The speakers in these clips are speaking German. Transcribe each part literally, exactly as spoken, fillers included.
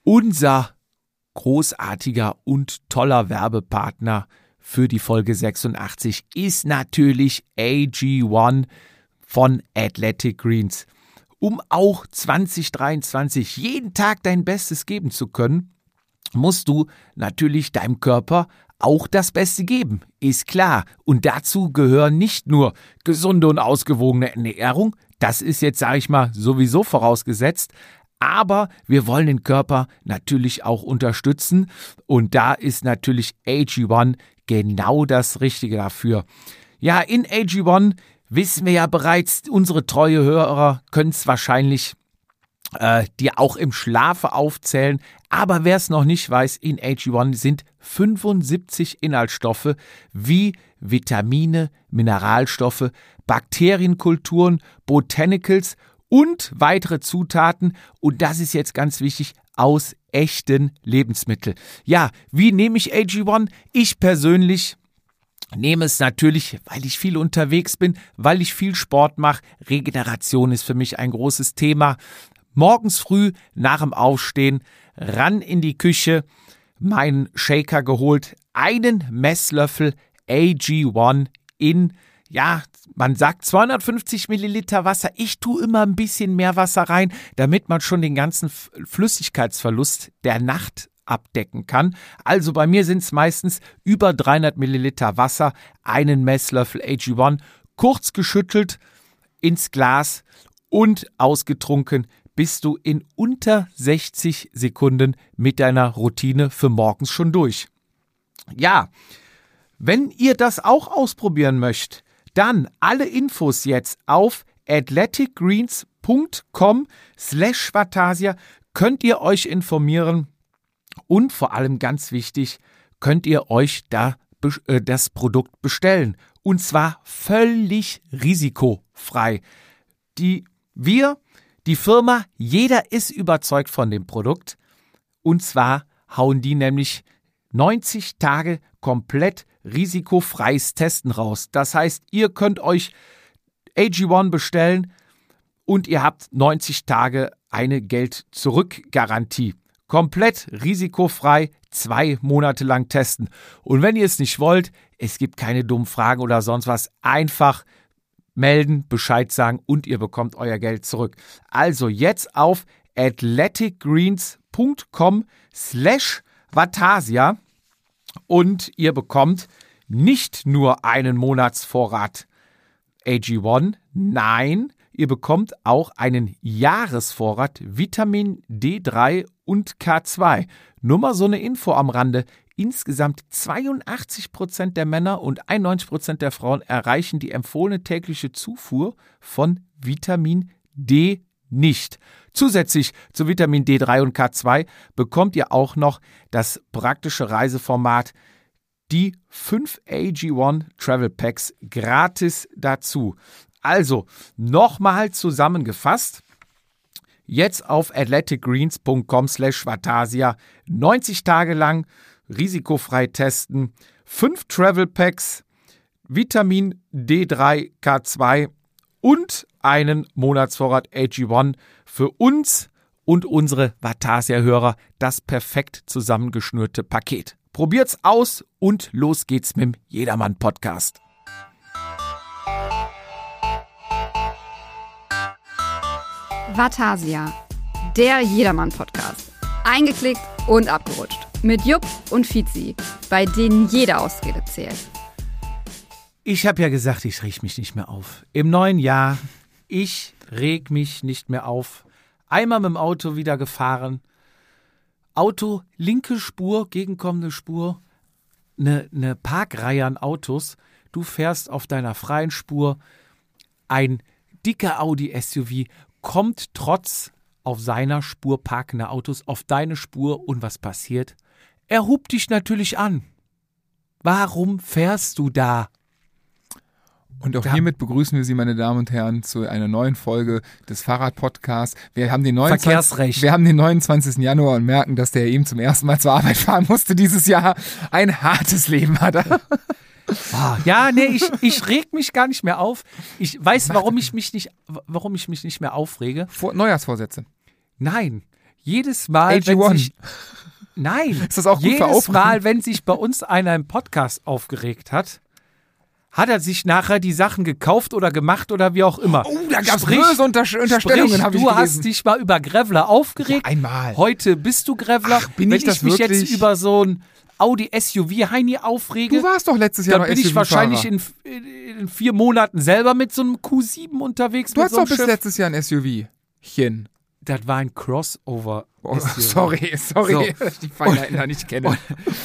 Unser großartiger und toller Werbepartner für die Folge sechsundachtzig ist natürlich A G eins von Athletic Greens. Um auch zwanzig dreiundzwanzig jeden Tag dein Bestes geben zu können, musst du natürlich deinem Körper auch das Beste geben, ist klar. Und dazu gehören nicht nur gesunde und ausgewogene Ernährung, das ist jetzt, sage ich mal, sowieso vorausgesetzt, aber wir wollen den Körper natürlich auch unterstützen und da ist natürlich A G eins genau das Richtige dafür. Ja, in A G eins wissen wir ja bereits, unsere treue Hörer können es wahrscheinlich äh, dir auch im Schlafe aufzählen, aber wer es noch nicht weiß, in A G eins sind fünfundsiebzig Inhaltsstoffe wie Vitamine, Mineralstoffe, Bakterienkulturen, Botanicals und weitere Zutaten und das ist jetzt ganz wichtig, aus echten Lebensmitteln. Ja, wie nehme ich A G eins? Ich persönlich nehme es natürlich, weil ich viel unterwegs bin, weil ich viel Sport mache. Regeneration ist für mich ein großes Thema. Morgens früh nach dem Aufstehen ran in die Küche, meinen Shaker geholt, einen Messlöffel A G eins in, ja, man sagt zweihundertfünfzig Milliliter Wasser. Ich tue immer ein bisschen mehr Wasser rein, damit man schon den ganzen Flüssigkeitsverlust der Nacht abdecken kann. Also bei mir sind es meistens über dreihundert Milliliter Wasser, einen Messlöffel A G eins, kurz geschüttelt ins Glas und ausgetrunken, bist du in unter sechzig Sekunden mit deiner Routine für morgens schon durch. Ja, wenn ihr das auch ausprobieren möchtet, dann alle Infos jetzt auf athleticgreens.com slash Vatasia könnt ihr euch informieren und vor allem ganz wichtig, könnt ihr euch da äh, das Produkt bestellen und zwar völlig risikofrei. Die, wir, die Firma, jeder ist überzeugt von dem Produkt und zwar hauen die nämlich neunzig Tage komplett risikofreies Testen raus. Das heißt, ihr könnt euch A G eins bestellen und ihr habt neunzig Tage eine Geld-Zurück-Garantie. Komplett risikofrei, zwei Monate lang testen. Und wenn ihr es nicht wollt, es gibt keine dummen Fragen oder sonst was, einfach melden, Bescheid sagen und ihr bekommt euer Geld zurück. Also jetzt auf athleticgreens.com slash Vatasia und ihr bekommt nicht nur einen Monatsvorrat A G eins, nein, ihr bekommt auch einen Jahresvorrat Vitamin D drei und K zwei. Nur mal so eine Info am Rande. Insgesamt zweiundachtzig Prozent der Männer und einundneunzig Prozent der Frauen erreichen die empfohlene tägliche Zufuhr von Vitamin D nicht. Zusätzlich zu Vitamin D drei und K zwei bekommt ihr auch noch das praktische Reiseformat, die fünf A G eins Travel Packs gratis dazu. Also, nochmal zusammengefasst, jetzt auf athleticgreens.com slash Vatasia neunzig Tage lang risikofrei testen, fünf Travel Packs, Vitamin D drei, K zwei und einen Monatsvorrat A G eins für uns und unsere Vatasia-Hörer, das perfekt zusammengeschnürte Paket. Probiert's aus und los geht's mit dem Jedermann-Podcast. Vatasia, der Jedermann-Podcast. Eingeklickt und abgerutscht. Mit Jupp und Fizi, bei denen jede Ausrede zählt. Ich habe ja gesagt, ich reg mich nicht mehr auf. Im neuen Jahr, ich reg mich nicht mehr auf. Einmal mit dem Auto wieder gefahren. Auto, linke Spur, gegenkommende Spur. Eine ne Parkreihe an Autos. Du fährst auf deiner freien Spur. Ein dicker Audi S U V kommt trotz auf seiner Spur parkender Autos auf deine Spur und was passiert? Er hupt dich natürlich an. Warum fährst du da? Und auch hiermit begrüßen wir Sie, meine Damen und Herren, zu einer neuen Folge des Fahrrad-Podcasts. Wir haben den neunundzwanzigsten Verkehrsrecht. Wir haben den neunundzwanzigsten Januar und merken, dass der eben zum ersten Mal zur Arbeit fahren musste dieses Jahr. Ein hartes Leben hat er. Ah, ja, nee, ich, ich reg mich gar nicht mehr auf. Ich weiß, warum ich mich nicht, warum ich mich nicht mehr aufrege. Vor, Neujahrsvorsätze. Nein, jedes Mal, A G wenn eins. sich... Nein, Ist das auch gut für jedes Aufregung? Mal, wenn sich bei uns einer im Podcast aufgeregt hat, hat er sich nachher die Sachen gekauft oder gemacht oder wie auch immer. Oh, da gab es Sprich- böse Untersch- Unterstellungen, Sprich, habe ich du gelesen. hast dich mal über Grevler aufgeregt. Ja, einmal. Heute bist du Grevler. Ach, bin Wenn ich das mich wirklich? jetzt über so ein Audi S U V Heini aufrege, Du warst doch letztes Jahr dann noch bin ich S U V-Fahrer. wahrscheinlich in, in, in vier Monaten selber mit so einem Q sieben unterwegs. Du mit hast so doch einem bis Schiff. letztes Jahr ein S U V-chen. Das war ein Crossover. Oh, S U V. sorry, sorry, So. dass ich die Feinheiten da nicht kenne.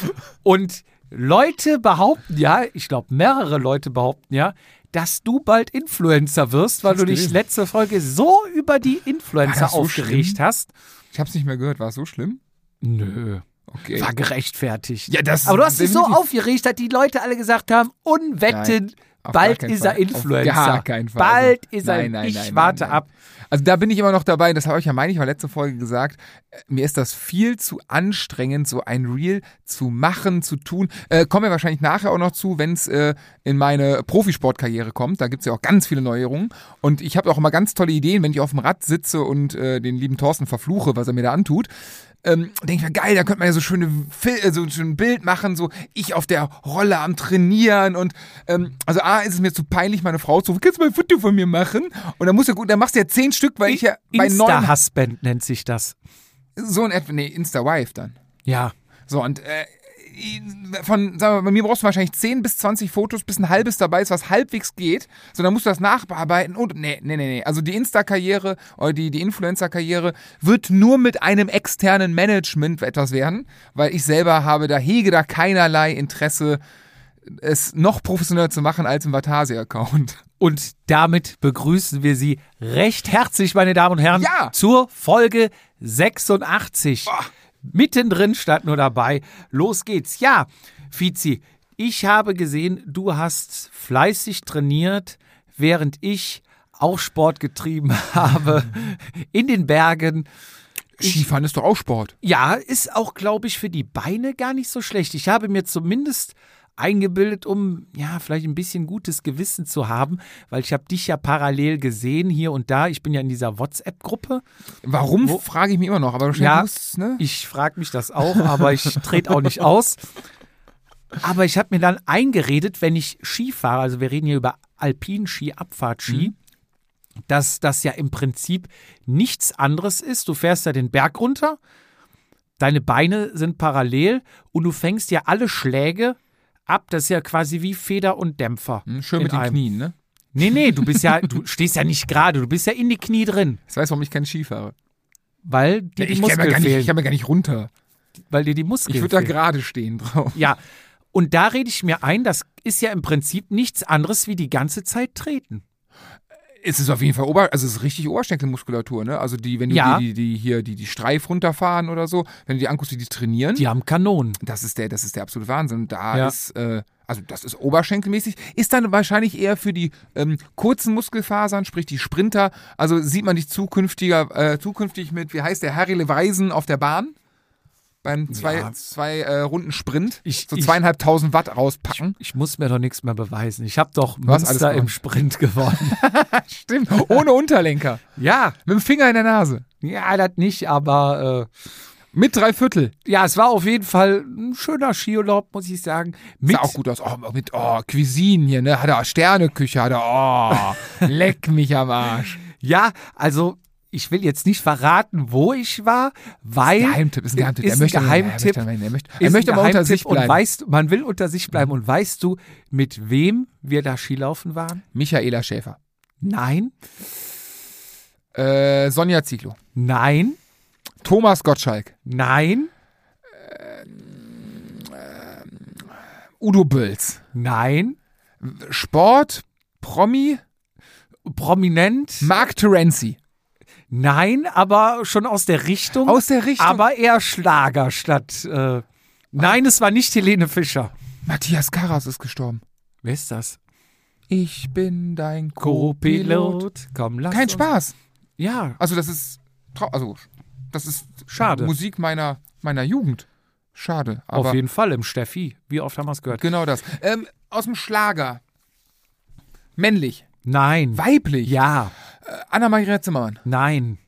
Und Leute behaupten ja, ich glaube mehrere Leute behaupten ja, dass du bald Influencer wirst, weil Hab's du dich gelesen. letzte Folge so über die War Influencer das so aufgeregt schlimm? hast. Ich hab's nicht mehr gehört, war es so schlimm? Nö. Okay. War gerechtfertigt. Ja, das Aber du hast dich so definitiv. aufgeregt, dass die Leute alle gesagt haben, unwetten, Nein, auf bald gar keinen ist er Fall. Influencer. Auf gar keinen Fall. Bald Also, ist er. nein, nein, ich nein, warte nein, nein. ab. Also da bin ich immer noch dabei, das habe ich ja, meine ich, war letzte Folge gesagt, äh, mir ist das viel zu anstrengend, so ein Reel zu machen, zu tun. Äh, kommen wir wahrscheinlich nachher auch noch zu, wenn es äh, in meine Profisportkarriere kommt. Da gibt's ja auch ganz viele Neuerungen. Und ich habe auch immer ganz tolle Ideen, wenn ich auf dem Rad sitze und äh, den lieben Thorsten verfluche, was er mir da antut. Ähm, denke ich mir, geil, da könnte man ja so schöne Fil äh, so ein Bild machen, so ich auf der Rolle am Trainieren und ähm, also A, ist es mir zu peinlich, meine Frau zu, kannst du mal ein Foto von mir machen? Und dann musst du gut, dann machst du ja zehn Stück, weil ich ja bei neun Insta-Husband nennt sich das. so ein etwa, nee, Insta-Wife dann. Ja. So und äh, von, sagen wir, bei mir brauchst du wahrscheinlich zehn bis zwanzig Fotos, bis ein halbes dabei ist, was halbwegs geht. So, dann musst du das nachbearbeiten und, nee, nee, nee, nee. Also die Insta-Karriere oder die, die Influencer-Karriere wird nur mit einem externen Management etwas werden, weil ich selber habe da, hege da keinerlei Interesse, es noch professioneller zu machen als im Vatasi-Account. Und damit begrüßen wir Sie recht herzlich, meine Damen und Herren, Ja. zur Folge sechsundachtzig. Boah. Mittendrin statt nur dabei. Los geht's. Ja, Fizi, ich habe gesehen, du hast fleißig trainiert, während ich auch Sport getrieben habe in den Bergen. Skifahren ist doch auch Sport. Ja, ist auch, glaube ich, für die Beine gar nicht so schlecht. Ich habe mir zumindest eingebildet, um ja vielleicht ein bisschen gutes Gewissen zu haben, weil ich habe dich ja parallel gesehen hier und da. Ich bin ja in dieser WhatsApp-Gruppe. Warum, Wo- frage ich mich immer noch, aber wahrscheinlich Ja, muss, ne? Ich frage mich das auch, aber ich trete auch nicht aus. Aber ich habe mir dann eingeredet, wenn ich Ski fahre, also wir reden hier über Alpinski, Abfahrtski, Mhm. dass das ja im Prinzip nichts anderes ist. Du fährst ja den Berg runter, deine Beine sind parallel und du fängst ja alle Schläge ab. Das ist ja quasi wie Feder und Dämpfer. Hm, schön in mit den einem. Knien, ne? Nee, nee, du bist ja, du stehst ja nicht gerade, du bist ja in die Knie drin, Ich weiß, warum ich kein Ski fahre. weil dir die Ich kann ja Muskeln gar nicht, fehlen. ich kann ja gar nicht runter. weil dir die Muskeln Ich würde da fehlen. gerade stehen drauf. Ja, und da rede ich mir ein, das ist ja im Prinzip nichts anderes wie die ganze Zeit treten. Es ist auf jeden Fall Ober, also es ist richtig Oberschenkelmuskulatur, ne? Also die, wenn du Ja. die, die, die hier die, die Streif runterfahren oder so, wenn du die anguckst, wie die trainieren, Die haben Kanonen. das ist der, das ist der absolute Wahnsinn. Und da Ja. ist, äh, also das ist oberschenkelmäßig, ist dann wahrscheinlich eher für die ähm, kurzen Muskelfasern, sprich die Sprinter. Also sieht man dich zukünftiger, äh, zukünftig mit, wie heißt der, Harry Leweisen auf der Bahn? Beim zwei, Ja. zwei äh, Runden Sprint, Ich- so ich- zweieinhalbtausend Watt rauspacken. Ich muss mir doch nichts mehr beweisen. Ich habe doch hast alles Monster im gewonnen. Sprint gewonnen. Stimmt, ohne Unterlenker. ja, Mit dem Finger in der Nase. ja, das nicht, aber äh, Mit drei Viertel. ja, es war auf jeden Fall ein schöner Skiurlaub, muss ich sagen. Mit, Sah auch gut aus. Oh, mit oh, Cuisine hier, ne? Hat er Sterneküche, hat er. Oh, leck mich am Arsch. Ja, also ich will jetzt nicht verraten, wo ich war, weil Geheimtipp, ist ein Geheimtipp. Ist er möchte, ein Geheimtipp. Er möchte, er möchte, er ist möchte ein mal unter Geheimtipp sich bleiben. Und weißt, man will unter sich bleiben. Und weißt du, mit wem wir da Skilaufen waren? Michaela Schäfer. Nein, Äh, Sonja Zieglow. nein, Thomas Gottschalk. nein, Udo Bölz. nein, Sport, Promi, prominent, Mark Terenzi. nein, aber schon aus der Richtung. Aus der Richtung. Aber eher Schlager statt. Äh, nein, es war nicht Helene Fischer. Matthias Karas ist gestorben. Wer ist das? Ich bin dein Co-Pilot. Co-Pilot. Komm, lass Kein uns. Spaß. Ja, Also das ist, trau- also das ist Schade. Musik meiner, meiner Jugend. Schade. Aber auf jeden Fall im Steffi. Wie oft haben wir es gehört? genau das. Ähm, aus dem Schlager. Männlich. Nein. Weiblich. Ja, Anna-Maria Zimmermann. nein.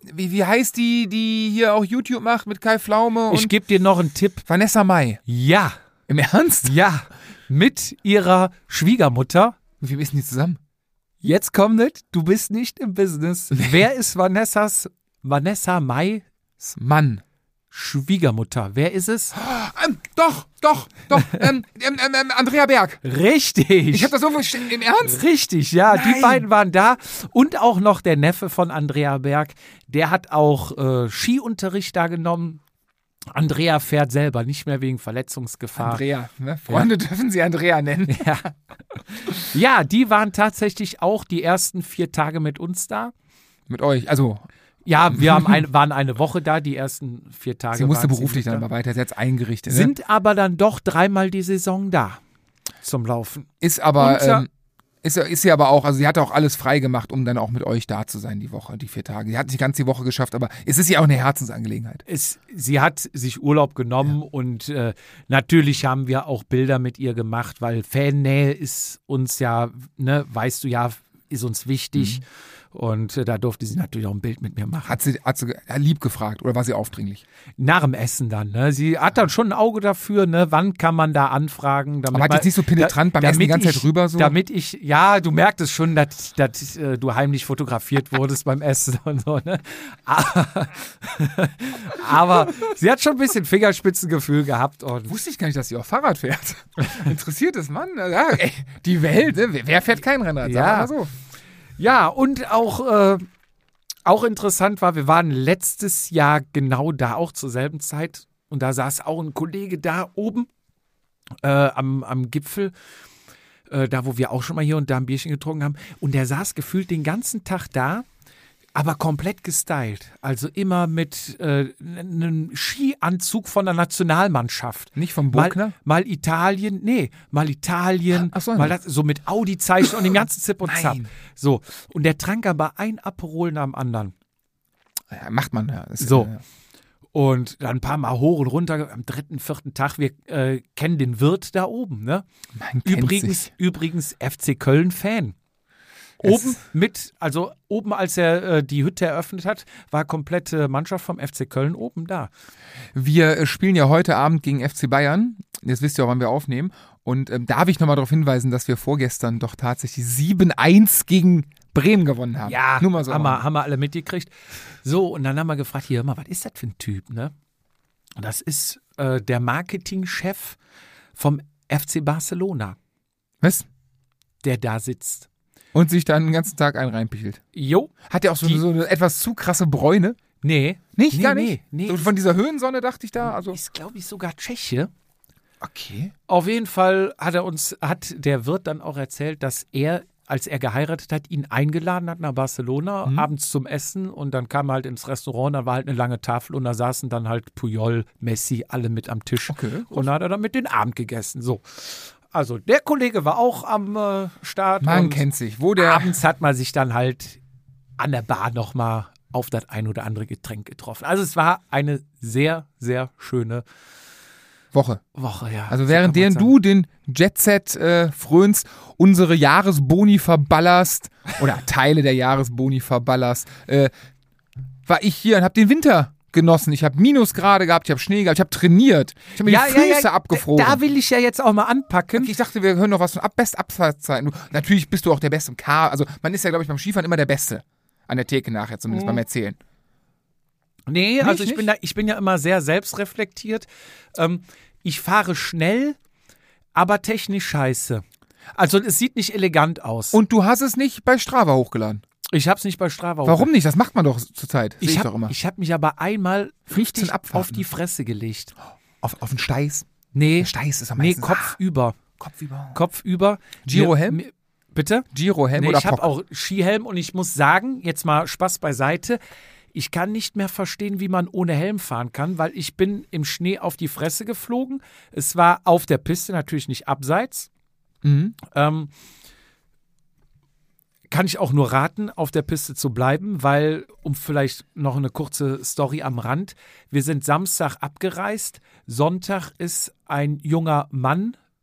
wie, wie heißt die, die hier auch YouTube macht mit Kai Pflaume und Ich gebe dir noch einen Tipp. Vanessa Mai. Ja, Im Ernst? ja, mit ihrer Schwiegermutter. Wie viel ist denn die zusammen? Jetzt kommt es, du bist nicht im Business. Wer ist Vanessas, Vanessa Mai Mann. Schwiegermutter? Wer ist es? Ähm, doch, doch, doch. ähm, ähm, ähm, Andrea Berg. Richtig. Ich habe das irgendwo st- im Ernst? Richtig, ja. Nein. Die beiden waren da. Und auch noch der Neffe von Andrea Berg. Der hat auch äh, Skiunterricht da genommen. Andrea fährt selber, nicht mehr wegen Verletzungsgefahr. Andrea, ne? Freunde dürfen sie Andrea nennen. Ja. Ja, die waren tatsächlich auch die ersten vier Tage mit uns da. Mit euch, also Ja, wir haben ein, waren eine Woche da, die ersten vier Tage. sie musste waren beruflich mit dann da. mal weiter, sie hat's eingerichtet. Ne? Sind aber dann doch dreimal die Saison da zum Laufen. Ist aber, Und, ja- ähm, ist, ist sie aber auch, also sie hatte auch alles frei gemacht, um dann auch mit euch da zu sein die Woche, die vier Tage. Sie hat nicht ganz die Woche geschafft, aber es ist ja auch eine Herzensangelegenheit. Es, sie hat sich Urlaub genommen und äh, natürlich haben wir auch Bilder mit ihr gemacht, weil Fannähe ist uns ja, ne, weißt du ja, ist uns wichtig. Mhm. Und äh, da durfte sie natürlich auch ein Bild mit mir machen. Hat sie, hat sie ge- lieb gefragt oder war sie aufdringlich? Nach dem Essen dann, ne? Sie hat dann schon ein Auge dafür, ne? Wann kann man da anfragen? Damit Aber hat man- jetzt nicht so penetrant beim Essen die damit ganze Zeit ich, rüber so? Damit ich, ja, du merktest schon, dass, dass äh, du heimlich fotografiert wurdest beim Essen und so, ne? Aber, aber sie hat schon ein bisschen Fingerspitzengefühl gehabt und Wusste ich gar nicht, dass sie auch Fahrrad fährt. Interessiertes Mann. Ja, ey, die Welt, ne? Wer- Wer fährt kein Rennrad? Sag Ja. mal so. ja, und auch, äh, auch interessant war, wir waren letztes Jahr genau da, auch zur selben Zeit. Und da saß auch ein Kollege da oben äh, am, am Gipfel, äh, da wo wir auch schon mal hier und da ein Bierchen getrunken haben. Und der saß gefühlt den ganzen Tag da, aber komplett gestylt. Also immer mit äh, einem Skianzug von der Nationalmannschaft. Nicht vom Mal, Burgner? mal Italien, nee, mal Italien, Ach so, mal ne. das, so mit Audi-Zeichen und dem ganzen Zip und Zap. Nein. So, und der trank aber ein Aperol nach dem anderen. Ja, macht man, ja. Ist, So. äh, Und dann ein paar Mal hoch und runter, am dritten, vierten Tag, wir äh, kennen den Wirt da oben, ne? Man kennt Übrigens, sich. übrigens F C Köln-Fan. Es- Oben mit, also oben, als er äh, die Hütte eröffnet hat, war komplette Mannschaft vom F C Köln oben da. Wir äh, spielen ja heute Abend gegen F C Bayern. Jetzt wisst ihr auch, wann wir aufnehmen. Und ähm, darf ich nochmal darauf hinweisen, dass wir vorgestern doch tatsächlich sieben eins gegen Bremen gewonnen haben. Nur mal so. haben, wir, haben wir alle mitgekriegt. So, und dann haben wir gefragt, hier, hör mal, was ist das für ein Typ, ne? Und das ist äh, der Marketingchef vom F C Barcelona, Was? der da sitzt. Und sich dann den ganzen Tag einen reinpichelt. Jo. Hat der auch so, Die- so eine etwas zu krasse Bräune? Nee. Nicht? Nee, Gar nee, nicht? nee. So von dieser Höhensonne dachte ich da. Also. Ist, glaube ich, sogar Tscheche. Okay. Auf jeden Fall hat er uns, hat der Wirt dann auch erzählt, dass er, als er geheiratet hat, ihn eingeladen hat nach Barcelona, Mhm. abends zum Essen und dann kam er halt ins Restaurant, da war halt eine lange Tafel und da saßen dann halt Puyol, Messi, alle mit am Tisch. Okay, Und da hat er dann mit den Abend gegessen. So. Also der Kollege war auch am äh, Start. Man und kennt sich. Wo der. abends hat man sich dann halt an der Bar nochmal auf das ein oder andere Getränk getroffen. Also es war eine sehr, sehr schöne Woche. Woche, ja. Also So während kann man deren sagen. du den Jet-Set äh, frönst, unsere Jahresboni verballerst oder Teile der Jahresboni verballerst, äh, war ich hier und habe den Winter genossen. Ich habe Minusgrade gehabt, ich habe Schnee gehabt, ich habe trainiert. Ich habe mir ja, die ja, Füße ja, abgefroren. Da will ich ja jetzt auch mal anpacken. Ich dachte, wir hören noch was von Ab Bestabfahrtszeiten. Du- Natürlich bist du auch der Beste im K. Also man ist ja, glaube ich, beim Skifahren immer der Beste. An der Theke nachher, zumindest Mhm. beim Erzählen. Nee, also ich nicht? bin, da, ich bin ja immer sehr selbstreflektiert. Ähm, ich fahre schnell, aber technisch scheiße. Also es sieht nicht elegant aus. Und du hast es nicht bei Strava hochgeladen. ich habe es nicht bei Strava. Warum nicht? Das macht man doch zurzeit. Sehe ich, Ich doch immer. habe hab mich aber einmal fünfzehn richtig Abfahrten. auf die Fresse gelegt. Auf, auf den Steiß. Nee, Der Steiß ist am nee, meisten. Kopf über. Kopf über. Kopf über. Giro-Helm? Mir- mir- Bitte? Giro-Helm Nee, oder ich habe Pock? auch Skihelm und ich muss sagen, jetzt mal Spaß beiseite, ich kann nicht mehr verstehen, wie man ohne Helm fahren kann, weil ich bin im Schnee auf die Fresse geflogen. Es war auf der Piste, natürlich nicht abseits. Mhm. Ähm, kann ich auch nur raten, auf der Piste zu bleiben, weil, um vielleicht noch eine kurze Story am Rand, wir sind Samstag abgereist, Sonntag ist ein junger Mann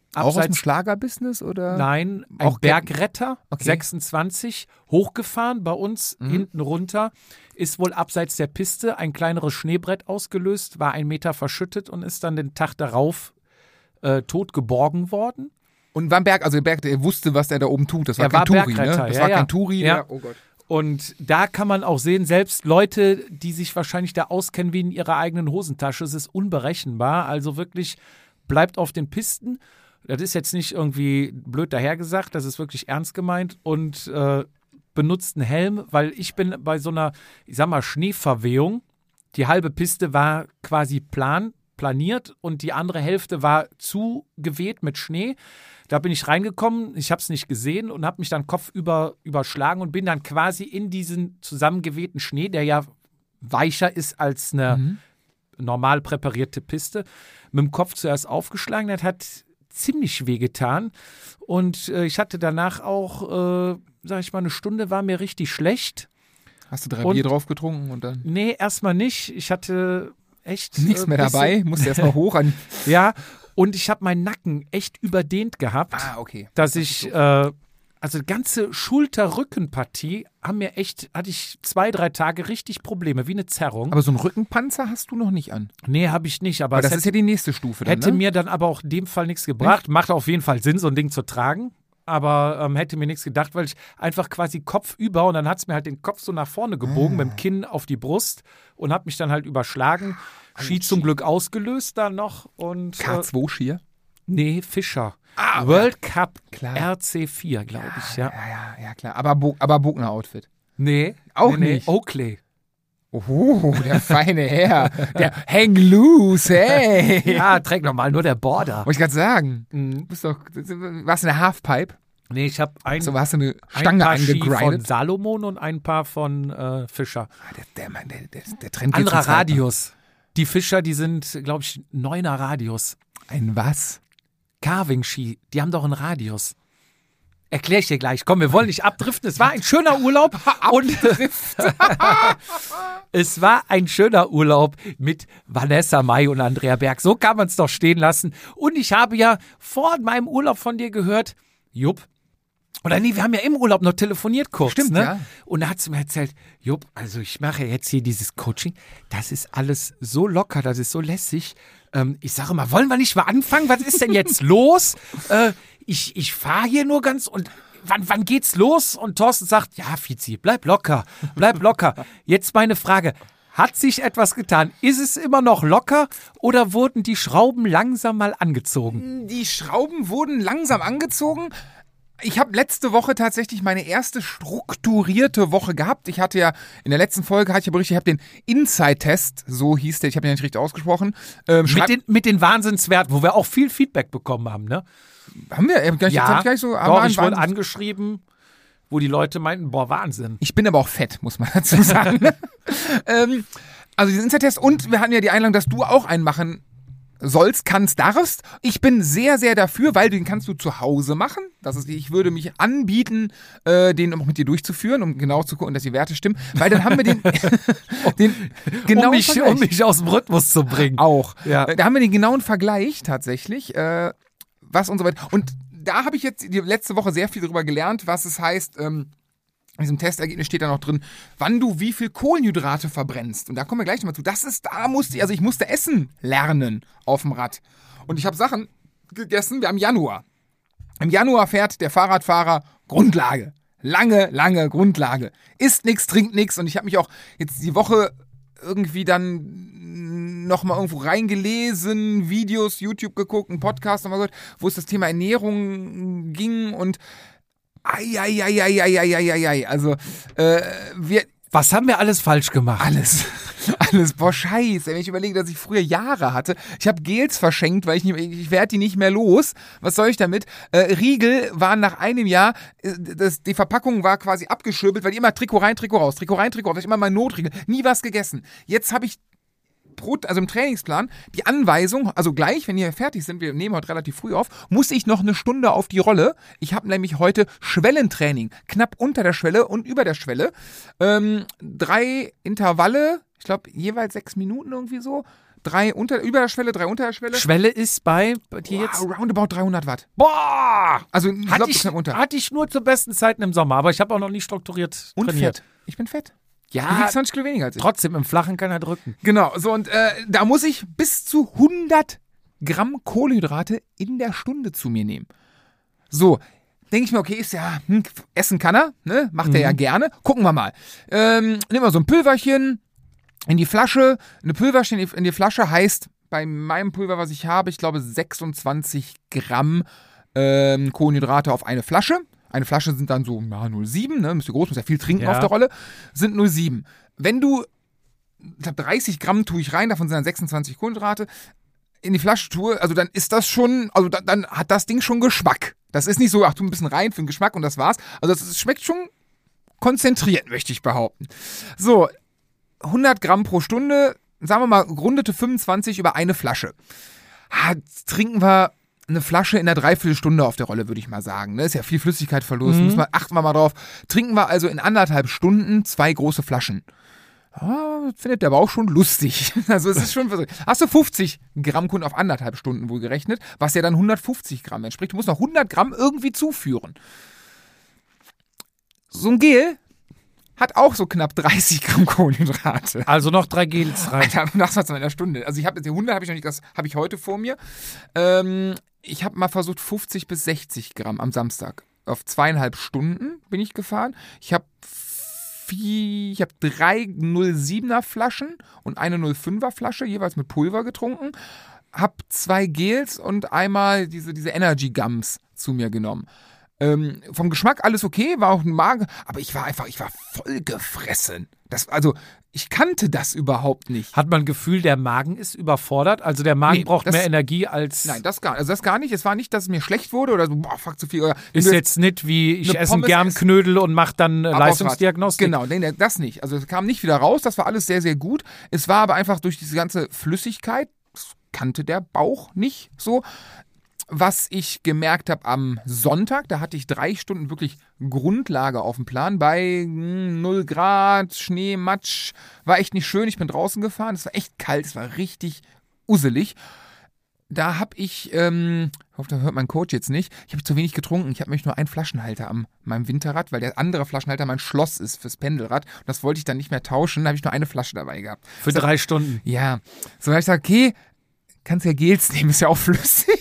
Auch aus dem abseits, Schlagerbusiness oder? nein, ein Auch Bergretter, Okay. sechsundzwanzig, hochgefahren bei uns, Mhm. hinten runter, ist wohl abseits der Piste ein kleineres Schneebrett ausgelöst, war ein Meter verschüttet und ist dann den Tag darauf äh, tot geborgen worden. Und war ein Berg, also der Berg, der wusste, was er da oben tut. Das war Er kein war Touri, Bergretter, ne? Das ja, war ja. kein Touri, Ja. der, oh Gott. Und da kann man auch sehen, selbst Leute, die sich wahrscheinlich da auskennen wie in ihrer eigenen Hosentasche, es ist unberechenbar. Also wirklich, bleibt auf den Pisten. Das ist jetzt nicht irgendwie blöd dahergesagt, das ist wirklich ernst gemeint. Und äh, benutzt einen Helm, weil ich bin bei so einer, ich sag mal, Schneeverwehung. Die halbe Piste war quasi plan, planiert und die andere Hälfte war zugeweht mit Schnee. Da bin ich reingekommen, ich habe es nicht gesehen und habe mich dann kopfüber überschlagen und bin dann quasi in diesen zusammengewehten Schnee, der ja weicher ist als eine Mhm. normal präparierte Piste, mit dem Kopf zuerst aufgeschlagen. Das hat ziemlich wehgetan und äh, ich hatte danach auch, äh, sag ich mal, eine Stunde war mir richtig schlecht. Hast du drei Und- Bier drauf getrunken und dann Nee, erstmal nicht. Ich hatte echt nichts äh, mehr bisschen- dabei? Musst du erstmal hoch an. Ja, und ich habe meinen Nacken echt überdehnt gehabt, Ah, okay. dass ich, äh, also die ganze Schulter-Rückenpartie haben mir echt, hatte ich zwei, drei Tage richtig Probleme, wie eine Zerrung. Aber so einen Rückenpanzer hast du noch nicht an. nee, habe ich nicht, aber Aber es das ist hätte, ja die nächste Stufe dann, hätte ne? mir dann aber auch in dem Fall nichts gebracht. Macht auf jeden Fall Sinn, so ein Ding zu tragen. Aber ähm, hätte mir nichts gedacht, weil ich einfach quasi Kopf über und dann hat es mir halt den Kopf so nach vorne gebogen, Ah. mit dem Kinn auf die Brust und hat mich dann halt überschlagen. Ski zum Glück ausgelöst dann noch und K äh, zwei Skier? nee, Fischer. Ah, World Cup Klar. R C vier, glaube ich, ja. Ja, ja, ja, klar. Aber, Bo aber Bogner-Outfit. Nee, Auch nee, nicht. Nee. Oakley. Oh, der feine Herr. Der Hang Loose, hey. Ja, trägt normal nur der Border. Wollte ich gerade sagen. Mhm. Du bist doch, warst du eine Halfpipe? Nee, ich habe ein, So, hast du eine ein Stange paar Ski von angegrindet? Salomon und ein paar von äh, Fischer. Ah, Der, der Mann, der, der, der Trend geht Anderer zur Zeit. Radius. Die Fischer, die sind, glaube ich, neuner Radius. Ein was? Carving-Ski, die haben doch einen Radius. Erkläre ich dir gleich. Komm, wir wollen nicht abdriften. Es war ein schöner Urlaub. und Es war ein schöner Urlaub mit Vanessa Mai und Andrea Berg. So kann man es doch stehen lassen. Und ich habe ja vor meinem Urlaub von dir gehört, Jupp, oder nee, wir haben ja im Urlaub noch telefoniert kurz. Stimmt, ne? ja. Und da hat sie mir erzählt, Jupp, also ich mache jetzt hier dieses Coaching. Das ist alles so locker, das ist so lässig. Ähm, ich sage mal, wollen wir nicht mal anfangen? Was ist denn jetzt los? Äh, ich ich fahre hier nur ganz und wann, wann geht's los? Und Thorsten sagt, ja, Fizi, bleib locker, bleib locker. Jetzt meine Frage. Hat sich etwas getan? Ist es immer noch locker oder wurden die Schrauben langsam mal angezogen? Die Schrauben wurden langsam angezogen. Ich habe letzte Woche tatsächlich meine erste strukturierte Woche gehabt. Ich hatte ja, in der letzten Folge hatte ich ja berichtet, ich habe den Inside-Test, so hieß der, ich habe den nicht richtig ausgesprochen. Ähm, Mit schreib- den, mit den Wahnsinnswerten, wo wir auch viel Feedback bekommen haben, ne? haben wir, hab ich gar nicht, hab ich gar nicht so, doch, war ein ich wurde Wahnsinn- angeschrieben, wo die Leute meinten, boah, Wahnsinn. Ich bin aber auch fett, muss man dazu sagen. ähm, also diesen Inside-Test und wir hatten ja die Einladung, dass du auch einen machen sollst, kannst, darfst. Ich bin sehr, sehr dafür, weil den kannst du zu Hause machen. Das ist, ich würde mich anbieten, äh, den auch mit dir durchzuführen, um genau zu gucken, dass die Werte stimmen. Weil dann haben wir den, den genauen um, mich, Vergleich. um mich aus dem Rhythmus zu bringen. Auch. Ja. Äh, Da haben wir den genauen Vergleich tatsächlich, äh, was und so weiter. Und da habe ich jetzt die letzte Woche sehr viel darüber gelernt, was es heißt, ähm, in diesem Testergebnis steht da noch drin, wann du wie viel Kohlenhydrate verbrennst. Und da kommen wir gleich nochmal zu. Das ist, da musste ich, also ich musste essen lernen auf dem Rad. Und ich habe Sachen gegessen, wir haben Januar. Im Januar fährt der Fahrradfahrer Grundlage. Lange, lange Grundlage. Isst nix, trinkt nix. Und ich habe mich auch jetzt die Woche irgendwie dann nochmal irgendwo reingelesen, Videos, YouTube geguckt, einen Podcast nochmal gehört, wo es das Thema Ernährung ging und Eieieiei, also äh, wir, Was haben wir alles falsch gemacht? alles, alles, boah scheiße, wenn ich überlege, dass ich früher Jahre hatte, ich habe Gels verschenkt, weil ich nicht, ich werde die nicht mehr los, was soll ich damit? Äh, Riegel waren nach einem Jahr, äh, das, die Verpackung war quasi abgeschöbelt, weil die immer Trikot rein, Trikot raus, Trikot rein, Trikot raus, ich immer mal Notriegel, nie was gegessen. Jetzt habe ich pro, also im Trainingsplan, die Anweisung, also gleich, wenn wir fertig sind, wir nehmen heute relativ früh auf, muss ich noch eine Stunde auf die Rolle. Ich habe nämlich heute Schwellentraining, knapp unter der Schwelle und über der Schwelle. Ähm, drei Intervalle, ich glaube jeweils sechs Minuten irgendwie so. Drei unter, über der Schwelle, drei unter der Schwelle. Schwelle ist bei, bei dir Boah, jetzt? roundabout dreihundert Watt. Boah! Also ich Hatte glaube, ich, das ist unter. hatte ich nur zu besten Zeiten im Sommer, aber ich habe auch noch nie strukturiert Und trainiert. fett. Ich bin fett. Du Ja, wiegst zwanzig Kilo weniger als ich. trotzdem, im Flachen kann er drücken. Genau, so und äh, da muss ich bis zu hundert Gramm Kohlenhydrate in der Stunde zu mir nehmen. So, denke ich mir, okay, ist ja, hm, essen kann er, ne? Macht er ja gerne. Gucken wir mal. Ähm, nehmen wir so ein Pülverchen in die Flasche. Eine Pülverchen in die, in die Flasche heißt, bei meinem Pulver, was ich habe, ich glaube sechsundzwanzig Gramm ähm, Kohlenhydrate auf eine Flasche. Eine Flasche sind dann so ja, null Komma sieben, ne? Müsst ihr groß, muss ja viel trinken Ja. auf der Rolle. Sind null Komma sieben. Wenn du, ich glaube dreißig Gramm tue ich rein, davon sind dann sechsundzwanzig Kohlenhydrate, in die Flasche tue, also dann ist das schon, also dann, dann hat das Ding schon Geschmack. Das ist nicht so, ach, tu ein bisschen rein für den Geschmack und das war's. Also das schmeckt schon konzentriert, möchte ich behaupten. So, hundert Gramm pro Stunde, sagen wir mal, rundete fünfundzwanzig über eine Flasche. Ah, trinken wir eine Flasche in einer Dreiviertelstunde auf der Rolle, würde ich mal sagen. Ne? Ist ja viel Flüssigkeitsverlust, Mhm. müssen wir, achten wir mal drauf. Trinken wir also in anderthalb Stunden zwei große Flaschen. Ah, findet der Bauch schon lustig. Also es ist schon, hast du fünfzig Gramm Kuchen auf anderthalb Stunden wohl gerechnet, was ja dann hundertfünfzig Gramm entspricht. Du musst noch hundert Gramm irgendwie zuführen. So ein Gel hat auch so knapp dreißig Gramm Kohlenhydrate. Also noch drei Gels rein. Alter, nach so einer Stunde. Also ich habe die hundert habe ich noch nicht, das habe ich heute vor mir. Ähm, ich habe mal versucht fünfzig bis sechzig Gramm am Samstag. Auf zweieinhalb Stunden bin ich gefahren. Ich habe vier, ich habe drei null Komma siebener Flaschen und eine null Komma fünfer Flasche, jeweils mit Pulver getrunken. Hab zwei Gels und einmal diese, diese Energy Gums zu mir genommen. Ähm, vom Geschmack alles okay, war auch ein Magen, aber ich war einfach, ich war voll gefressen. Das, also, ich kannte das überhaupt nicht. Hat man Gefühl, der Magen ist überfordert? Also der Magen Nee, braucht das- mehr Energie als... Nein, das gar, also das gar nicht. Es war nicht, dass es mir schlecht wurde oder so, boah, fuck, zu viel. Oder Ist jetzt nicht wie, ich eine esse Pommes gern essen. Knödel und mache dann äh, Aber Leistungsdiagnostik. Genau, nee, das nicht. Also es kam nicht wieder raus, das war alles sehr, sehr gut. Es war aber einfach durch diese ganze Flüssigkeit, das kannte der Bauch nicht so. Was ich gemerkt habe am Sonntag, da hatte ich drei Stunden wirklich Grundlage auf dem Plan bei hm, null Grad, Schnee, Matsch. War echt nicht schön, ich bin draußen gefahren, es war echt kalt, es war richtig usselig. Da habe ich, ähm, ich hoffe, da hört mein Coach jetzt nicht, ich habe zu wenig getrunken. Ich habe nämlich nur einen Flaschenhalter am meinem Winterrad, weil der andere Flaschenhalter mein Schloss ist fürs Pendelrad. Und das wollte ich dann nicht mehr tauschen, da habe ich nur eine Flasche dabei gehabt. Für drei Stunden. Ja, so habe ich gesagt, okay, kannst ja Gels nehmen, ist ja auch flüssig.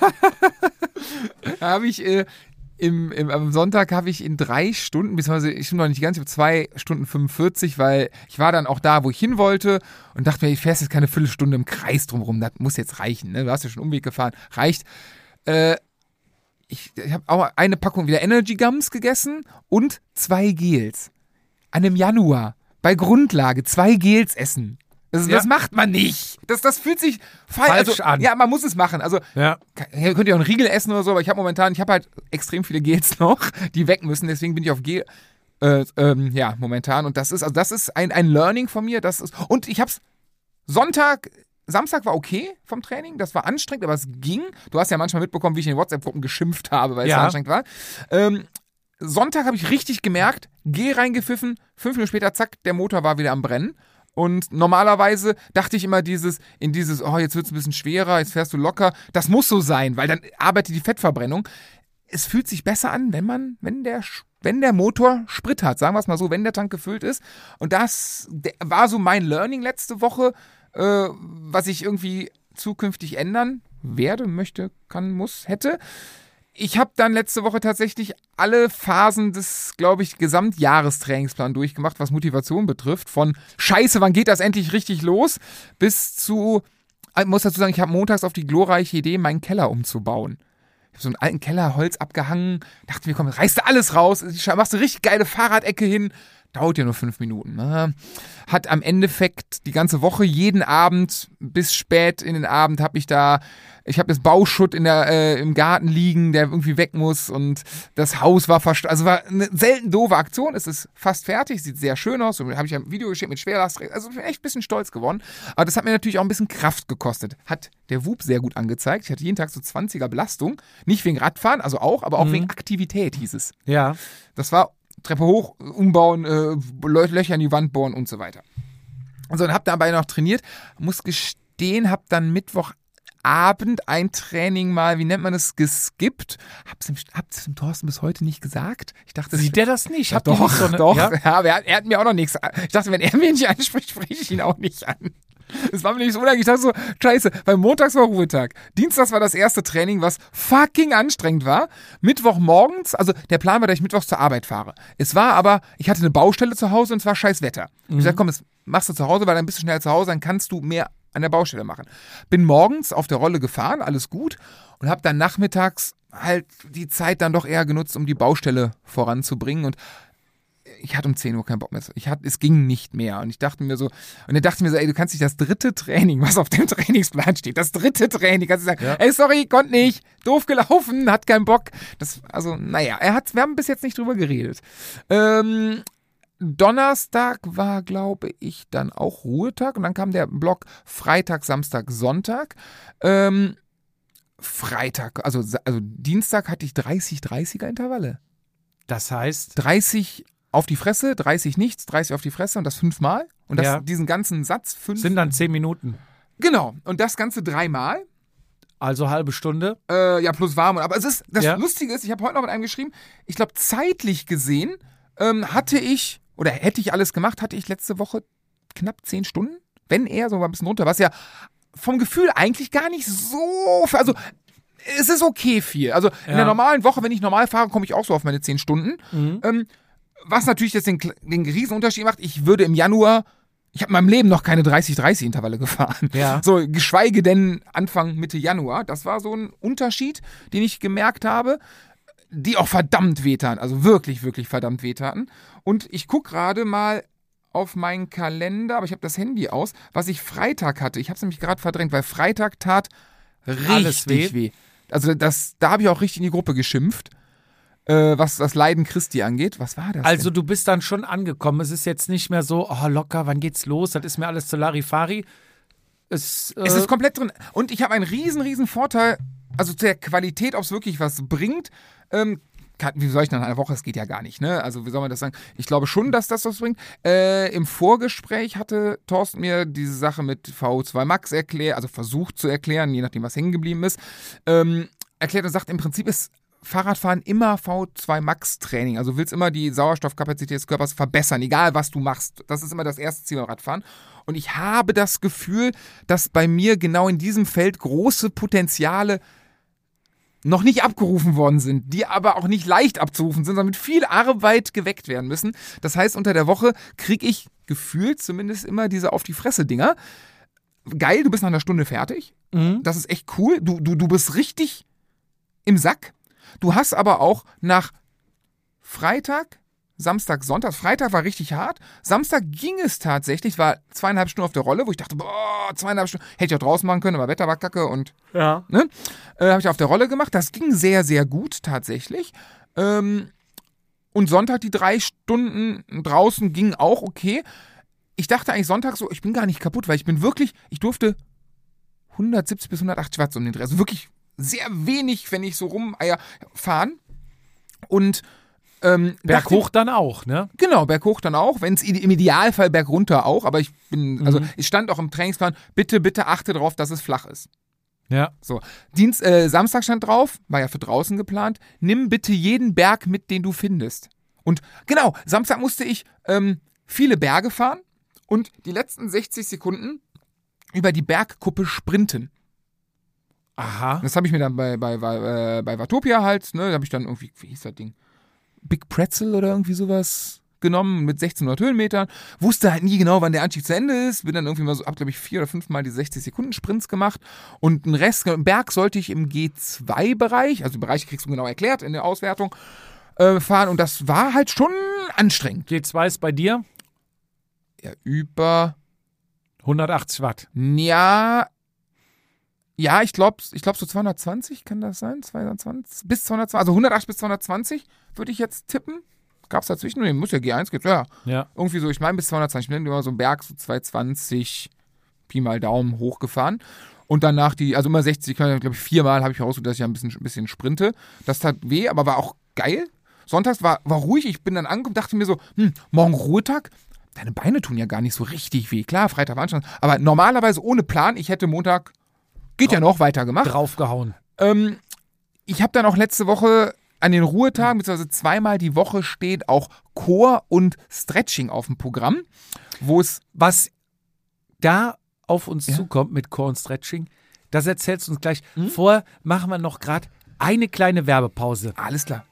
Da habe ich, äh, im, im, am Sonntag habe ich in drei Stunden, beziehungsweise ich stimmt noch nicht ganz, ich habe zwei Stunden fünfundvierzig, weil ich war dann auch da, wo ich hin wollte und dachte mir, ich fährst jetzt keine Viertelstunde im Kreis drumherum, das muss jetzt reichen, ne? Du hast ja schon Umweg gefahren, reicht. Äh, ich ich habe auch eine Packung wieder Energy Gums gegessen und zwei Gels. An einem Januar, bei Grundlage, zwei Gels essen. Das, Ja. das macht man nicht. Das, das fühlt sich falsch, Falsch also, an. Ja, man muss es machen. Also Ja. Ihr könnt ja auch einen Riegel essen oder so, aber ich habe momentan, ich habe halt extrem viele Gels noch, die weg müssen, deswegen bin ich auf Gel, äh, ähm, ja, momentan. Und das ist, also das ist ein, ein Learning von mir, das ist, und ich hab's Sonntag, Samstag war okay vom Training, das war anstrengend, aber es ging. Du hast ja manchmal mitbekommen, wie ich in den WhatsApp-Gruppen geschimpft habe, weil es Ja. so anstrengend war. Ähm, Sonntag habe ich richtig gemerkt, Gel reingepfiffen, fünf Minuten später, zack, der Motor war wieder am Brennen. Und normalerweise dachte ich immer dieses, in dieses, oh, jetzt wird es ein bisschen schwerer, jetzt fährst du locker. Das muss so sein, weil dann arbeitet die Fettverbrennung. Es fühlt sich besser an, wenn man, wenn der, wenn der Motor Sprit hat, sagen wir es mal so, wenn der Tank gefüllt ist. Und das war so mein Learning letzte Woche, äh, was ich irgendwie zukünftig ändern werde, möchte, kann, muss, hätte. Ich habe dann letzte Woche tatsächlich alle Phasen des, glaube ich, Gesamtjahrestrainingsplan durchgemacht, was Motivation betrifft. Von Scheiße, wann geht das endlich richtig los, bis zu, ich muss dazu sagen, ich habe montags auf die glorreiche Idee, meinen Keller umzubauen. Ich habe so einen alten Keller, Holz abgehangen, dachte mir, komm, reißt du alles raus, machst du richtig geile Fahrradecke hin, dauert ja nur fünf Minuten. Ne? Hat am Endeffekt die ganze Woche, jeden Abend bis spät in den Abend habe ich da, ich habe das Bauschutt in der, äh, im Garten liegen, der irgendwie weg muss und das Haus war verstanden. Also war eine selten doofe Aktion. Es ist fast fertig, sieht sehr schön aus. Da habe ich ein Video geschickt mit Schwerlast. Also ich bin echt ein bisschen stolz geworden. Aber das hat mir natürlich auch ein bisschen Kraft gekostet. Hat der Whoop sehr gut angezeigt. Ich hatte jeden Tag so zwanziger Belastung. Nicht wegen Radfahren, also auch, aber auch mhm. wegen Aktivität hieß es. Ja. Das war Treppe hoch, umbauen, äh, Löcher in die Wand bohren und so weiter. Also dann hab dabei noch trainiert. Muss gestehen, hab dann Mittwochabend ein Training mal, wie nennt man das, geskippt. Hab's dem, hab's dem Thorsten bis heute nicht gesagt. Ich dachte, sieht der das nicht? Ja, Habt doch, ihr nicht so eine, doch. Ja? Ja, aber er, er hat mir auch noch nichts. Ich dachte, wenn er mir nicht anspricht, spreche ich ihn auch nicht an. Das war mir nicht so unangenehm. Ich dachte so, scheiße, weil montags war Ruhetag. Dienstags war das erste Training, was fucking anstrengend war. Mittwochmorgens, also der Plan war, dass ich mittwochs zur Arbeit fahre. Es war aber, ich hatte eine Baustelle zu Hause und es war scheiß Wetter. Mhm. Ich sagte, komm, das machst du zu Hause, weil dann bist du schnell zu Hause, dann kannst du mehr an der Baustelle machen. Bin morgens auf der Rolle gefahren, alles gut, und habe dann nachmittags halt die Zeit dann doch eher genutzt, um die Baustelle voranzubringen, und ich hatte um zehn Uhr keinen Bock mehr. Ich hatte, es ging nicht mehr. Und ich dachte mir so, und dann dachte ich mir so, ey, du kannst nicht das dritte Training, was auf dem Trainingsplan steht, das dritte Training, kannst du sagen, ja. ey, sorry, konnte nicht, doof gelaufen, hat keinen Bock. Das, also, naja, er hat, wir haben bis jetzt nicht drüber geredet. Ähm, Donnerstag war, glaube ich, dann auch Ruhetag, und dann kam der Block Freitag, Samstag, Sonntag. Ähm, Freitag, also, also Dienstag hatte ich dreißig dreißiger Intervalle. Das heißt? dreißig auf die Fresse, dreißig nichts, dreißig auf die Fresse und das fünfmal. Und das, ja. diesen ganzen Satz fünf. Sind dann zehn Minuten. Genau. Und das Ganze dreimal. Also halbe Stunde. Äh, ja, plus warm. Aber es ist, das ja. Lustige ist, ich habe heute noch mit einem geschrieben, ich glaube, zeitlich gesehen ähm, hatte ich, oder hätte ich alles gemacht, hatte ich letzte Woche knapp zehn Stunden. Wenn eher, so ein bisschen runter. Was ja vom Gefühl eigentlich gar nicht so, also es ist okay viel. Also in ja. der normalen Woche, wenn ich normal fahre, komme ich auch so auf meine zehn Stunden. Mhm. Ähm, was natürlich jetzt den, den Riesenunterschied macht, ich würde im Januar, ich habe in meinem Leben noch keine dreißig dreißig Intervalle gefahren. Ja. So, geschweige denn Anfang, Mitte Januar. Das war so ein Unterschied, den ich gemerkt habe, die auch verdammt wehtaten. Also wirklich, wirklich verdammt wehtaten. Und ich gucke gerade mal auf meinen Kalender, aber ich habe das Handy aus, was ich Freitag hatte. Ich habe es nämlich gerade verdrängt, weil Freitag tat richtig weh. weh. Also das, da habe ich auch richtig in die Gruppe geschimpft, äh, was das Leiden Christi angeht. Was war das Also denn? du bist dann schon angekommen. Es ist jetzt nicht mehr so, oh locker, wann geht's los? Das ist mir alles zu Larifari. Es, äh es ist komplett drin. Und ich habe einen riesen, riesen Vorteil, also zu der Qualität, ob es wirklich was bringt. Ähm, wie soll ich nach einer Woche? Das geht ja gar nicht, ne? Also wie soll man das sagen? Ich glaube schon, dass das was bringt. Äh, im Vorgespräch hatte Thorsten mir diese Sache mit V O zwei Max erklärt, also versucht zu erklären, je nachdem, was hängen geblieben ist. Ähm, erklärt und sagt, im Prinzip ist Fahrradfahren immer V O zwei Max Training. Also du willst immer die Sauerstoffkapazität des Körpers verbessern, egal was du machst. Das ist immer das erste Ziel beim Radfahren. Und ich habe das Gefühl, dass bei mir genau in diesem Feld große Potenziale noch nicht abgerufen worden sind, die aber auch nicht leicht abzurufen sind, sondern mit viel Arbeit geweckt werden müssen. Das heißt, unter der Woche kriege ich gefühlt zumindest immer diese Auf-die-Fresse-Dinger. Geil, du bist nach einer Stunde fertig. Mhm. Das ist echt cool. Du, du, du bist richtig im Sack. Du hast aber auch nach Freitag, Samstag, Sonntag, Freitag war richtig hart. Samstag ging es tatsächlich, war zweieinhalb Stunden auf der Rolle, wo ich dachte, boah, zweieinhalb Stunden, hätte ich auch draußen machen können, aber Wetter war kacke und ja. ne, äh, habe ich auf der Rolle gemacht. Das ging sehr, sehr gut tatsächlich. Ähm, und Sonntag die drei Stunden draußen gingen auch okay. Ich dachte eigentlich Sonntag so, ich bin gar nicht kaputt, weil ich bin wirklich, ich durfte hundertsiebzig bis hundertachtzig Watt um den Dreh. Also wirklich sehr wenig, wenn ich so rumeier, fahren. Und Ähm, berghoch dann auch, ne? Genau, berghoch dann auch, wenn es im Idealfall bergunter auch, aber ich bin, also mhm. es stand auch im Trainingsplan, bitte, bitte achte darauf, dass es flach ist. Ja. So, Dienst, äh, Samstag stand drauf, war ja für draußen geplant, nimm bitte jeden Berg mit, den du findest. Und genau, Samstag musste ich ähm, viele Berge fahren und die letzten sechzig Sekunden über die Bergkuppe sprinten. Aha. Das habe ich mir dann bei, bei, bei, äh, bei Watopia halt, ne, da habe ich dann irgendwie, wie hieß das Ding? Big Pretzel oder irgendwie sowas genommen mit sechzehnhundert Höhenmetern. Wusste halt nie genau, wann der Anstieg zu Ende ist. Bin dann irgendwie mal so, hab glaube ich vier oder fünf Mal die sechzig Sekunden Sprints gemacht. Und den Rest, den Berg sollte ich im G zwei Bereich, also die Bereiche kriegst du genau erklärt in der Auswertung, äh, fahren und das war halt schon anstrengend. G zwei ist bei dir Ja, über, hundertachtzig Watt. ja, ja, ich glaube, ich glaub so zweihundertzwanzig kann das sein, zweihundertzwanzig, bis zweihundertzwanzig, also hundertachtzig bis zweihundertzwanzig würde ich jetzt tippen. Gab es dazwischen? Nee, muss ja G eins geben, ja. Ja. Irgendwie so, ich meine bis zweihundertzwanzig, ich bin immer so einen Berg, so zweihundertzwanzig, Pi mal Daumen hochgefahren. Und danach die, also immer sechzig, glaube ich, viermal habe ich herausgesucht, dass ich ein bisschen, ein bisschen sprinte. Das tat weh, aber war auch geil. Sonntags war, war ruhig, ich bin dann angekommen, dachte mir so, hm, morgen Ruhetag, deine Beine tun ja gar nicht so richtig weh. Klar, Freitag war anstrengend, aber normalerweise ohne Plan, ich hätte Montag, geht ja noch, weitergemacht. Draufgehauen. Ähm, ich habe dann auch letzte Woche an den Ruhetagen, beziehungsweise zweimal die Woche steht auch Core und Stretching auf dem Programm, wo es, Was da auf uns Ja. zukommt mit Core und Stretching, das erzählst du uns gleich. Hm? Vorher machen wir noch gerade eine kleine Werbepause. alles klar.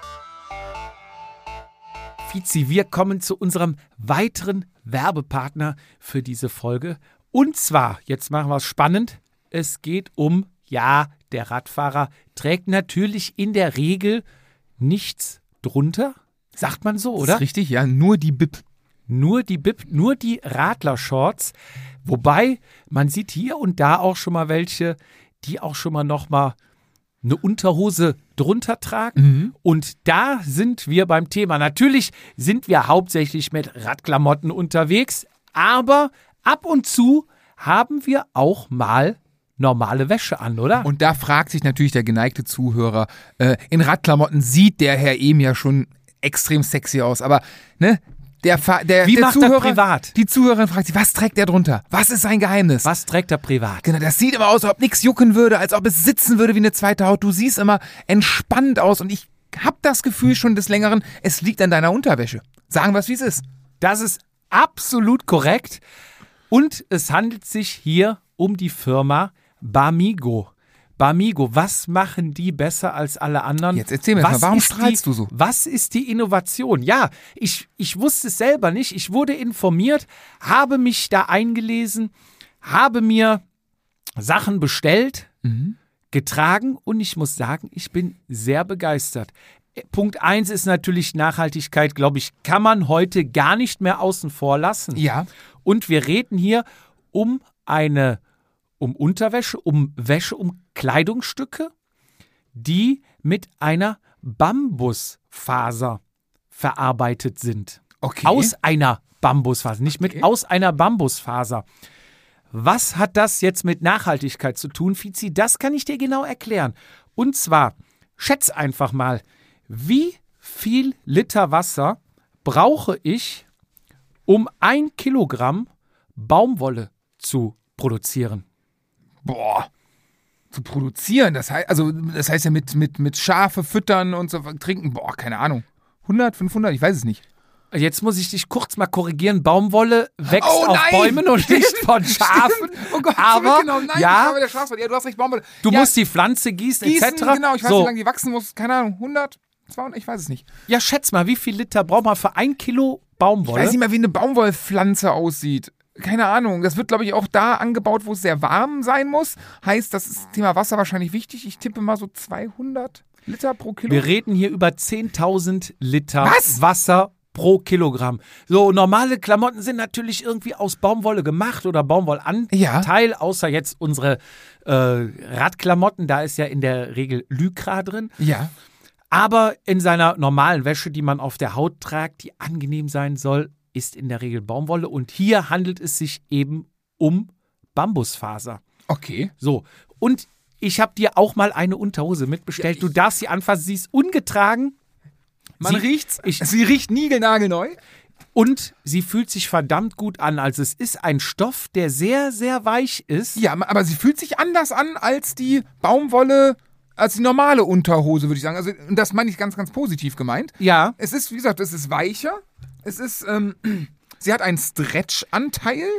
Fizi, wir kommen zu unserem weiteren Werbepartner für diese Folge. Und zwar, jetzt machen wir es spannend, es geht um, ja, der Radfahrer trägt natürlich in der Regel nichts drunter, sagt man so, Das oder? ist richtig, ja, nur die B I P. Nur die B I P, nur die Radlershorts. Wobei, man sieht hier und da auch schon mal welche, die auch schon mal noch mal eine Unterhose drunter tragen. Mhm. Und da sind wir beim Thema. Natürlich sind wir hauptsächlich mit Radklamotten unterwegs, aber ab und zu haben wir auch mal normale Wäsche an, oder? Und da fragt sich natürlich der geneigte Zuhörer, äh, in Radklamotten sieht der Herr Ehm ja schon extrem sexy aus, aber ne, der, Fa- der, Wie der macht er Zuhörer, privat? Die Zuhörerin fragt sich, was trägt er drunter? Was ist sein Geheimnis? Was trägt er privat? Genau, das sieht immer aus, als ob nichts jucken würde, als ob es sitzen würde wie eine zweite Haut. Du siehst immer entspannt aus und ich hab das Gefühl schon des Längeren, es liegt an deiner Unterwäsche. Sagen wir es, wie es ist. Das ist absolut korrekt. Und es handelt sich hier um die Firma Bamigo. Bamigo, was machen die besser als alle anderen? Jetzt erzähl mir das Was mal, warum ist strahlst die, du so? Was ist die Innovation? Ja, ich, ich wusste es selber nicht. Ich wurde informiert, habe mich da eingelesen, habe mir Sachen bestellt, Mhm. getragen und ich muss sagen, ich bin sehr begeistert. Punkt eins ist natürlich Nachhaltigkeit, glaube ich, kann man heute gar nicht mehr außen vor lassen. Ja. Und wir reden hier um eine, um Unterwäsche, um Wäsche, um Kleidungsstücke, die mit einer Bambusfaser verarbeitet sind. Okay. Aus einer Bambusfaser, nicht mit Okay. aus einer Bambusfaser. Was hat das jetzt mit Nachhaltigkeit zu tun, Fizi? Das kann ich dir genau erklären. Und zwar, schätz einfach mal, wie viel Liter Wasser brauche ich, um ein Kilogramm Baumwolle zu produzieren? Boah. Zu produzieren, das heißt, also das heißt ja mit, mit, mit Schafe füttern und so trinken, boah, keine Ahnung. hundert, fünfhundert, ich weiß es nicht. Jetzt muss ich dich kurz mal korrigieren. Baumwolle wächst Oh, auf nein! Bäumen und nicht von Schafen. Stimmt. Oh Gott, aber zurückgenommen. Nein, ja, ich habe der Schafswolle. Ja, du hast recht, Baumwolle. du ja, musst die Pflanze gießen, gießen, et cetera. genau, ich weiß so. nicht, wie lange die wachsen muss. Keine Ahnung, hundert, zweihundert, ich weiß es nicht. Ja, schätz mal, wie viel Liter braucht man für ein Kilo Ich Baumwolle? weiß nicht mal, wie eine Baumwollpflanze aussieht. Keine Ahnung. Das wird, glaube ich, auch da angebaut, wo es sehr warm sein muss. Heißt, das ist Thema Wasser wahrscheinlich wichtig. Ich tippe mal so zweihundert Liter pro Kilo. Wir reden hier über zehntausend Liter Was? Wasser pro Kilogramm. So, normale Klamotten sind natürlich irgendwie aus Baumwolle gemacht oder Baumwollanteil, Ja. außer jetzt unsere äh, Radklamotten. Da ist ja in der Regel Lycra drin. Ja. Aber in seiner normalen Wäsche, die man auf der Haut trägt, die angenehm sein soll, ist in der Regel Baumwolle. Und hier handelt es sich eben um Bambusfaser. Okay. So, und ich habe dir auch mal eine Unterhose mitbestellt. Du darfst sie anfassen, sie ist ungetragen. Man sie, riecht's. Ich, Sie riecht niegelnagelneu. und sie fühlt sich verdammt gut an. Also es ist ein Stoff, der sehr, sehr weich ist. Ja, aber sie fühlt sich anders an als die Baumwolle, als die normale Unterhose, würde ich sagen. Also, und das meine ich ganz, ganz positiv gemeint. Ja. Es ist, wie gesagt, es ist weicher. Es ist, ähm, sie hat einen Stretch-Anteil.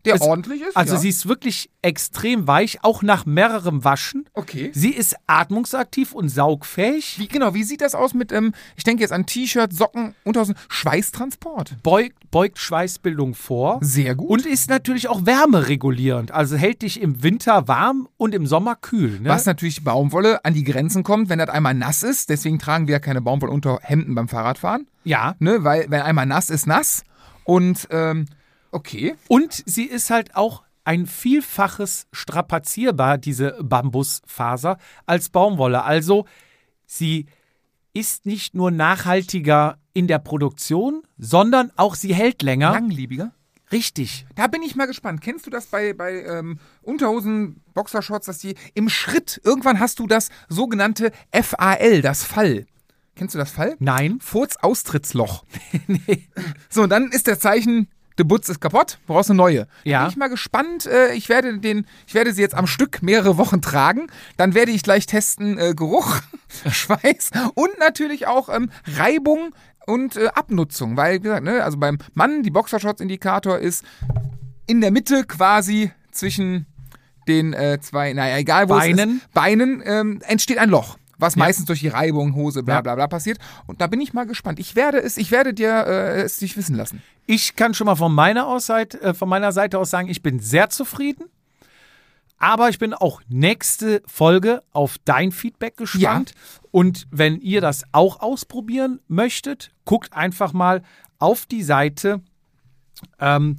Der es, ordentlich ist, Also ja. sie ist wirklich extrem weich, auch nach mehrerem Waschen. Okay. Sie ist atmungsaktiv und saugfähig. Wie, genau, wie sieht das aus mit, ähm, ich denke jetzt an T-Shirt, Socken, Unterhosen, Schweißtransport? Beugt, beugt Schweißbildung vor. Sehr gut. Und ist natürlich auch wärmeregulierend. Also hält dich im Winter warm und im Sommer kühl. Ne? Was natürlich Baumwolle an die Grenzen kommt, wenn das einmal nass ist. Deswegen tragen wir ja keine Baumwollunterhemden beim Fahrradfahren. Ja. Ne, weil wenn einmal nass ist, nass. Und, ähm, okay. Und sie ist halt auch ein Vielfaches strapazierbar, diese Bambusfaser, als Baumwolle. Also sie ist nicht nur nachhaltiger in der Produktion, sondern auch sie hält länger. Langlebiger. Richtig. Da bin ich mal gespannt. Kennst du das bei, bei ähm, Unterhosen, Boxershorts, dass die im Schritt, irgendwann hast du das sogenannte F A L, das Fall. Kennst du das Fall? Nein. Furz-Austrittsloch. Nee. So, und dann ist das Zeichen, der Butz ist kaputt, brauchst eine neue. Ja. Da bin ich mal gespannt. Äh, ich, werde den, ich werde sie jetzt am Stück mehrere Wochen tragen. Dann werde ich gleich testen äh, Geruch, Schweiß und natürlich auch ähm, Reibung und äh, Abnutzung. Weil, wie gesagt, ne, also beim Mann, die Boxershorts-Indikator ist in der Mitte quasi zwischen den äh, zwei, naja, egal wo Beinen. es ist, Beinen ähm, entsteht ein Loch. Was Ja. meistens durch die Reibung, Hose, bla Ja. bla bla passiert. Und da bin ich mal gespannt. Ich werde es, ich werde dir äh, es dich wissen lassen. Ich kann schon mal von meiner, aus Seite, äh, von meiner Seite aus sagen, ich bin sehr zufrieden. Aber ich bin auch nächste Folge auf dein Feedback gespannt. Und wenn ihr das auch ausprobieren möchtet, guckt einfach mal auf die Seite ähm,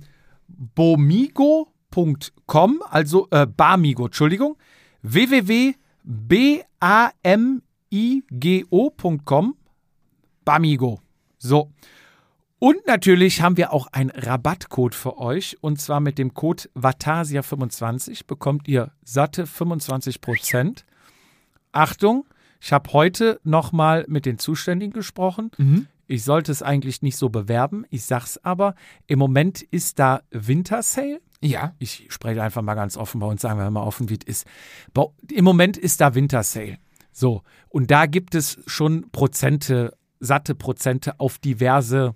bomigo punkt com, also äh, Bamigo, Entschuldigung, w w w punkt b a m i g o punkt com, Bamigo. So. Und natürlich haben wir auch einen Rabattcode für euch. Und zwar mit dem Code Vatasia fünfundzwanzig bekommt ihr satte fünfundzwanzig Prozent. Achtung, ich habe heute nochmal mit den Zuständigen gesprochen. Mhm. Ich sollte es eigentlich nicht so bewerben. Ich sag's aber, im Moment ist da Wintersale. Ja. Ich spreche einfach mal ganz offen, bei uns sagen wir mal offen, wie es ist. Bei- Im Moment ist da Wintersale. So, und da gibt es schon Prozente, satte Prozente auf diverse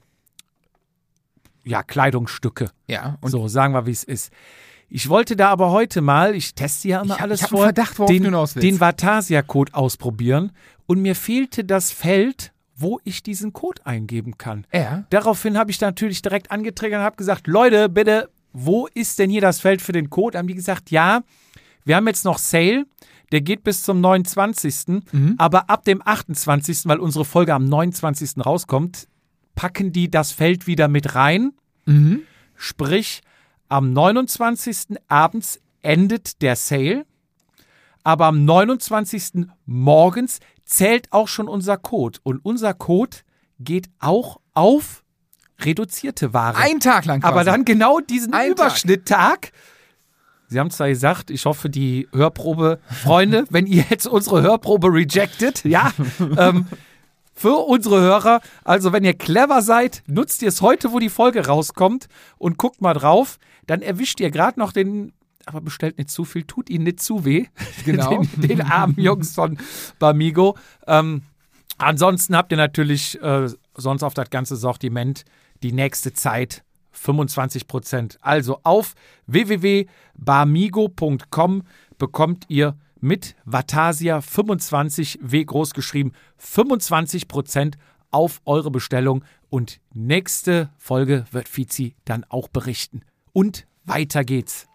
ja, Kleidungsstücke. Ja. Und So, sagen wir, wie es ist. Ich wollte da aber heute mal, ich teste ja immer Ich hab- alles ich hab einen vor, Verdacht, worauf den, du hinaus willst. den Vatasia-Code ausprobieren und mir fehlte das Feld, wo ich diesen Code eingeben kann. ja. Daraufhin habe ich natürlich direkt angetriggert und habe gesagt, Leute, bitte, wo ist denn hier das Feld für den Code? Haben die gesagt, ja, wir haben jetzt noch Sale, der geht bis zum neunundzwanzigsten Mhm. Aber ab dem achtundzwanzigsten, weil unsere Folge am neunundzwanzigsten rauskommt, packen die das Feld wieder mit rein. Mhm. Sprich, am neunundzwanzigsten abends endet der Sale, aber am neunundzwanzigsten morgens zählt auch schon unser Code. Und unser Code geht auch auf reduzierte Ware. Ein Tag lang quasi. aber dann genau diesen Ein Überschnitttag. Sie haben zwar gesagt, ich hoffe, die Hörprobe, Freunde, wenn ihr jetzt unsere Hörprobe rejected, ja, ähm, für unsere Hörer, also wenn ihr clever seid, nutzt ihr es heute, wo die Folge rauskommt und guckt mal drauf, dann erwischt ihr gerade noch den, aber bestellt nicht zu viel, tut ihnen nicht zu weh, Genau. den, den armen Jungs von Bamigo. Ähm, ansonsten habt ihr natürlich äh, sonst auf das ganze Sortiment die nächste Zeit fünfundzwanzig Prozent. Also auf w w w punkt bamigo punkt com bekommt ihr mit Vatasia fünfundzwanzig, W groß geschrieben, fünfundzwanzig Prozent auf eure Bestellung. Und nächste Folge wird Fizi dann auch berichten. Und weiter geht's.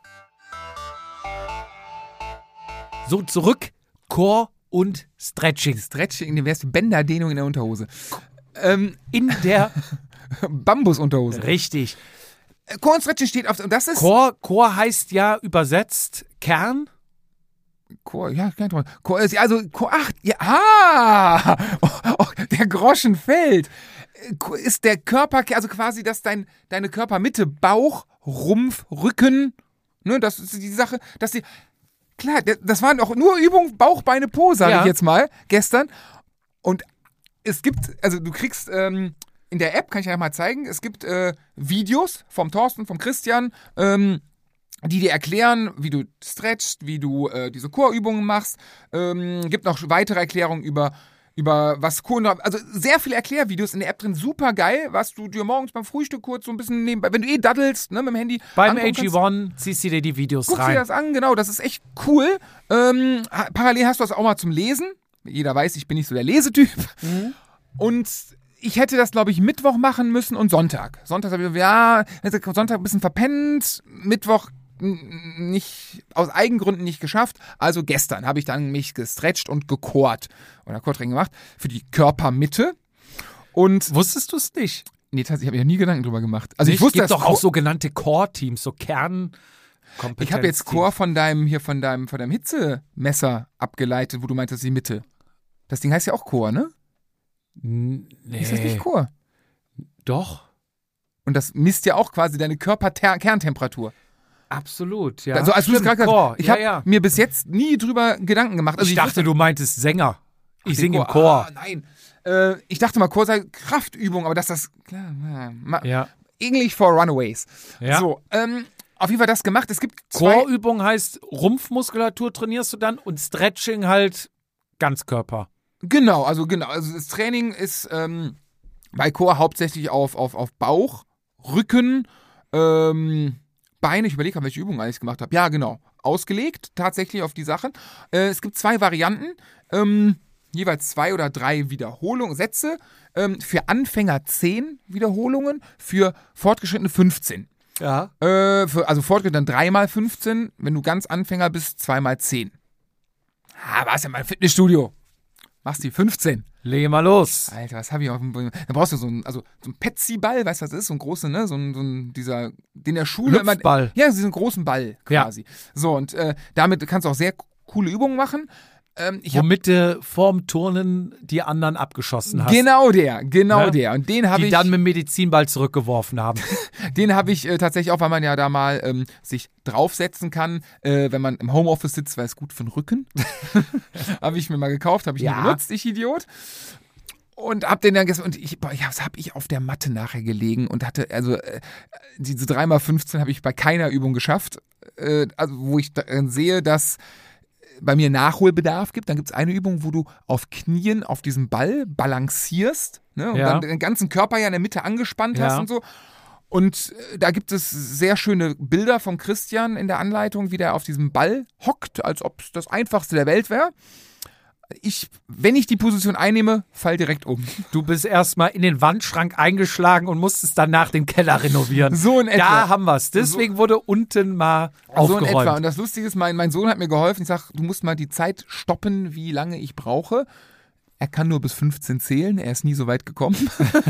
So, zurück. Core und Stretching. Stretching, dem wärst du Bänderdehnung in der Unterhose. Ähm, In der, Bambusunterhose. richtig. Äh, Core und Stretching steht auf, und das ist... Core, Core heißt ja übersetzt Kern. Core, ja, kein Traum. Core ist, also, Core, ach, ja, ah, oh, oh, der Groschen fällt. Äh, Core ist der Körper, also quasi, dass dein, deine Körpermitte, Bauch, Rumpf, Rücken, ne, das ist die Sache, dass die, klar, das waren auch nur Übungen, Bauch, Beine, Po, sage Ja. ich jetzt mal, gestern. Und es gibt, also du kriegst, ähm, in der App, kann ich ja mal zeigen, es gibt äh, Videos vom Thorsten, vom Christian, ähm, die dir erklären, wie du stretchst, wie du äh, diese Core-Übungen machst. Ähm, gibt noch weitere Erklärungen über über was Kohlenhydrate, also sehr viele Erklärvideos in der App drin, super geil, was du dir morgens beim Frühstück kurz so ein bisschen nebenbei, wenn du eh daddelst, ne, mit dem Handy. Beim A G eins ziehst du dir die Videos guckst rein. dir das an, genau, das ist echt cool. Ähm, parallel hast du das auch mal zum Lesen. Jeder weiß, ich bin nicht so der Lesetyp. Mhm. Und ich hätte das, glaube ich, Mittwoch machen müssen und Sonntag. Sonntag habe ich, ja, Sonntag ein bisschen verpennt, Mittwoch nicht, aus Eigengründen nicht geschafft. Also gestern habe ich dann mich gestretcht und gechort oder Chortraining gemacht für die Körpermitte. Und wusstest du es nicht? Nee, tatsächlich habe ich ja nie Gedanken drüber gemacht. Also nicht, ich wusste gibt das doch auch sogenannte Core-Teams, so Kern. Ich habe jetzt Core von deinem hier von deinem von deinem Hitzemesser abgeleitet, wo du meintest die Mitte. Das Ding heißt ja auch Core, ne? Nee. Ist das nicht Core? Doch. Und das misst ja auch quasi deine Körperkerntemperatur. Absolut, ja. Also als du es gerade gesagt hast, ich ja, habe ja. mir bis jetzt nie drüber Gedanken gemacht. Also ich, ich dachte, wusste, du meintest Sänger. Ich singe im Chor. Chor. Ah, nein. Äh, ich dachte mal, Chor sei Kraftübung, aber dass das klar, ma, ja. English for Runaways. Ja. So, ähm, auf jeden Fall das gemacht. Es gibt zwei Chorübung heißt Rumpfmuskulatur trainierst du dann und Stretching halt Ganzkörper. Genau, also genau. Also das Training ist ähm, bei Chor hauptsächlich auf, auf, auf Bauch, Rücken, ähm, Beine. Ich überlege, welche Übungen ich gemacht habe. Ja, genau. Ausgelegt tatsächlich auf die Sachen. Äh, es gibt zwei Varianten. Ähm, jeweils zwei oder drei Wiederholungen, Sätze. Ähm, für Anfänger zehn Wiederholungen, für Fortgeschrittene fünfzehn. Ja. Äh, für, also Fortgeschrittene dann drei mal fünfzehn. Wenn du ganz Anfänger bist, zwei mal zehn. Ah, warst ja mal im Fitnessstudio. Machst die fünfzehn. Leg mal los. Alter, was habe ich auf dem. Dann brauchst du so einen, also so einen Petsy-Ball, weißt du, was das ist? So ein großer, ne? So ein, so ein dieser, den in der Schule immer. Hüpfball. Ja, diesen großen Ball quasi. Ja. So, und äh, damit kannst du auch sehr coole Übungen machen. Ähm, ich Womit du vorm Turnen die anderen abgeschossen hast. Genau der, genau ja? der. Und den habe ich. Die dann mit dem Medizinball zurückgeworfen haben. Den habe ich äh, tatsächlich auch, weil man ja da mal ähm, sich draufsetzen kann, äh, wenn man im Homeoffice sitzt, weil es gut für den Rücken. Habe ich mir mal gekauft, habe ich ja. nie benutzt, ich Idiot. Und hab den dann gestern, und ich, boah, ja, was hab ich auf der Matte nachher gelegen und hatte, also äh, diese drei mal fünfzehn habe ich bei keiner Übung geschafft. Äh, also wo ich dann sehe, dass bei mir Nachholbedarf gibt. Dann gibt es eine Übung, wo du auf Knien auf diesem Ball balancierst, ne, und ja. dann den ganzen Körper ja in der Mitte angespannt ja. hast und so. Und da gibt es sehr schöne Bilder von Christian in der Anleitung, wie der auf diesem Ball hockt, als ob es das Einfachste der Welt wäre. Ich, wenn ich die Position einnehme, fall direkt um. Du bist erstmal in den Wandschrank eingeschlagen und musstest danach den Keller renovieren. So in etwa. Da haben wir es. Deswegen so, wurde unten mal aufgeräumt. So in etwa. Und das Lustige ist, mein, mein Sohn hat mir geholfen. Ich sage, du musst mal die Zeit stoppen, wie lange ich brauche. Er kann nur bis fünfzehn zählen. Er ist nie so weit gekommen.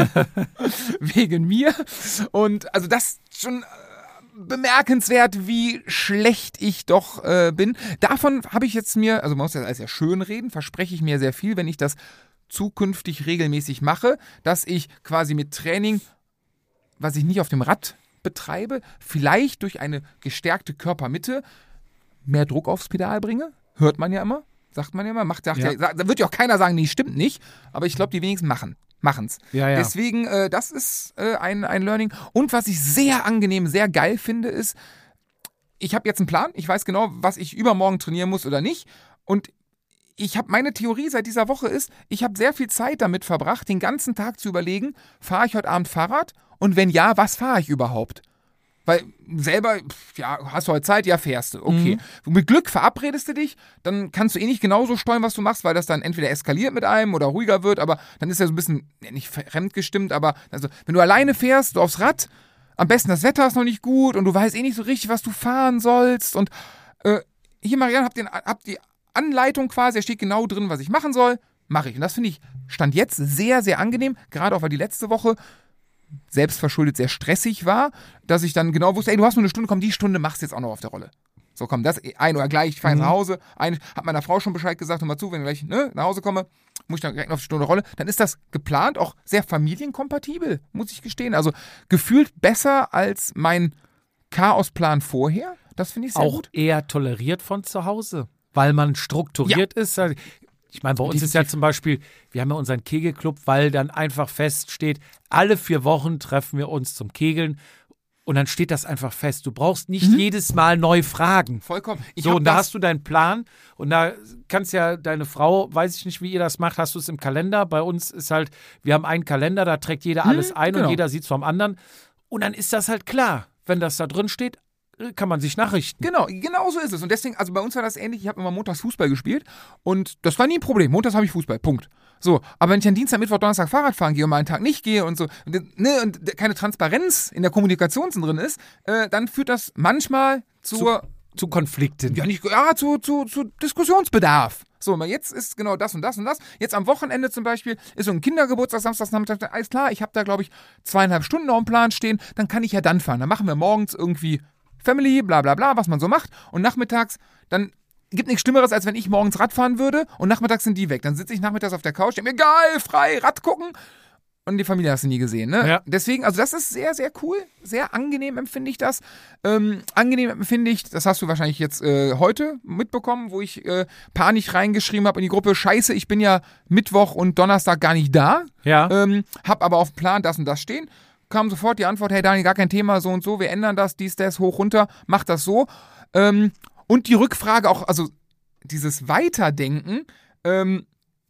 Wegen mir. Und also das schon bemerkenswert, wie schlecht ich doch äh, bin. Davon habe ich jetzt mir, also man muss das alles ja schön reden, verspreche ich mir sehr viel, wenn ich das zukünftig regelmäßig mache, dass ich quasi mit Training, was ich nicht auf dem Rad betreibe, vielleicht durch eine gestärkte Körpermitte mehr Druck aufs Pedal bringe. Hört man ja immer, sagt man ja immer. Macht, sagt ja. Ja, da wird ja auch keiner sagen, nee, stimmt nicht. Aber ich glaube, die wenigsten machen. Machen's. Ja, ja. Deswegen, äh, das ist äh, ein, ein Learning. Und was ich sehr angenehm, sehr geil finde, ist, ich habe jetzt einen Plan. Ich weiß genau, was ich übermorgen trainieren muss oder nicht. Und ich habe meine Theorie seit dieser Woche ist, ich habe sehr viel Zeit damit verbracht, den ganzen Tag zu überlegen, fahre ich heute Abend Fahrrad? Und wenn ja, was fahre ich überhaupt? Weil selber, ja, hast du heute Zeit? Ja, fährst du. Okay. Mhm. Mit Glück verabredest du dich, dann kannst du eh nicht genauso steuern, was du machst, weil das dann entweder eskaliert mit einem oder ruhiger wird, aber dann ist ja so ein bisschen, nicht fremdgestimmt, aber also, wenn du alleine fährst, du aufs Rad, am besten das Wetter ist noch nicht gut und du weißt eh nicht so richtig, was du fahren sollst und äh, hier, Marianne, hab, den, hab die Anleitung quasi, da steht genau drin, was ich machen soll, mache ich. Und das finde ich, Stand jetzt sehr, sehr angenehm, gerade auch, weil die letzte Woche selbstverschuldet sehr stressig war, dass ich dann genau wusste, ey, du hast nur eine Stunde, komm, die Stunde machst du jetzt auch noch auf der Rolle. So, komm, das ein oder gleich, ich fahre mhm. nach Hause. Ein, hat meiner Frau schon Bescheid gesagt, hör mal zu, wenn ich gleich ne, nach Hause komme, muss ich dann direkt noch auf die Stunde Rolle. Dann ist das geplant, auch sehr familienkompatibel, muss ich gestehen. Also gefühlt besser als mein Chaosplan vorher. Das finde ich sehr auch gut. Auch eher toleriert von zu Hause, weil man strukturiert ja. ist. Ich meine, bei uns ist ja zum Beispiel, wir haben ja unseren Kegelclub, weil dann einfach feststeht, alle vier Wochen treffen wir uns zum Kegeln Und dann steht das einfach fest. Du brauchst nicht Mhm. jedes Mal neu fragen. Vollkommen. Ich so, hab und da das- hast du deinen Plan und da kannst ja deine Frau, weiß ich nicht, wie ihr das macht, hast du es im Kalender. Bei uns ist halt, wir haben einen Kalender, da trägt jeder alles ein genau. und jeder sieht es vom anderen. Und dann ist das halt klar. Wenn das da drin steht, kann man sich nachrichten. Genau, genau so ist es. Und deswegen, also bei uns war das ähnlich, ich habe immer montags Fußball gespielt und das war nie ein Problem. Montags habe ich Fußball, Punkt. So, aber wenn ich dann Dienstag, Mittwoch, Donnerstag Fahrrad fahren gehe und mal einen Tag nicht gehe und so, und, ne, und keine Transparenz in der Kommunikation drin ist, äh, dann führt das manchmal zur, Zu Konflikten. ja nicht, ja, zu, zu, zu Diskussionsbedarf. So, mal jetzt ist genau das und das und das. Jetzt am Wochenende zum Beispiel ist so ein Kindergeburtstag, Samstagsnachmittag, alles klar, ich habe da, glaube ich, zweieinhalb Stunden auf dem Plan stehen, dann kann ich ja dann fahren. Dann machen wir morgens irgendwie Family, bla bla bla, was man so macht. Und nachmittags, dann gibt nichts Schlimmeres, als wenn ich morgens Rad fahren würde und nachmittags sind die weg. Dann sitze ich nachmittags auf der Couch, denke mir, geil, frei, Rad gucken. Und die Familie hast du nie gesehen, ne? Ja. Deswegen, also das ist sehr, sehr cool. Sehr angenehm empfinde ich das. Ähm, angenehm empfinde ich, das hast du wahrscheinlich jetzt äh, heute mitbekommen, wo ich äh, panisch reingeschrieben habe in die Gruppe, scheiße, ich bin ja Mittwoch und Donnerstag gar nicht da. Ja. Ähm, hab aber auf dem Plan das und das stehen. Kam sofort die Antwort, hey Daniel, gar kein Thema, so und so, wir ändern das, dies, das, hoch, runter, mach das so. Ähm, und die Rückfrage auch, also dieses Weiterdenken, ähm,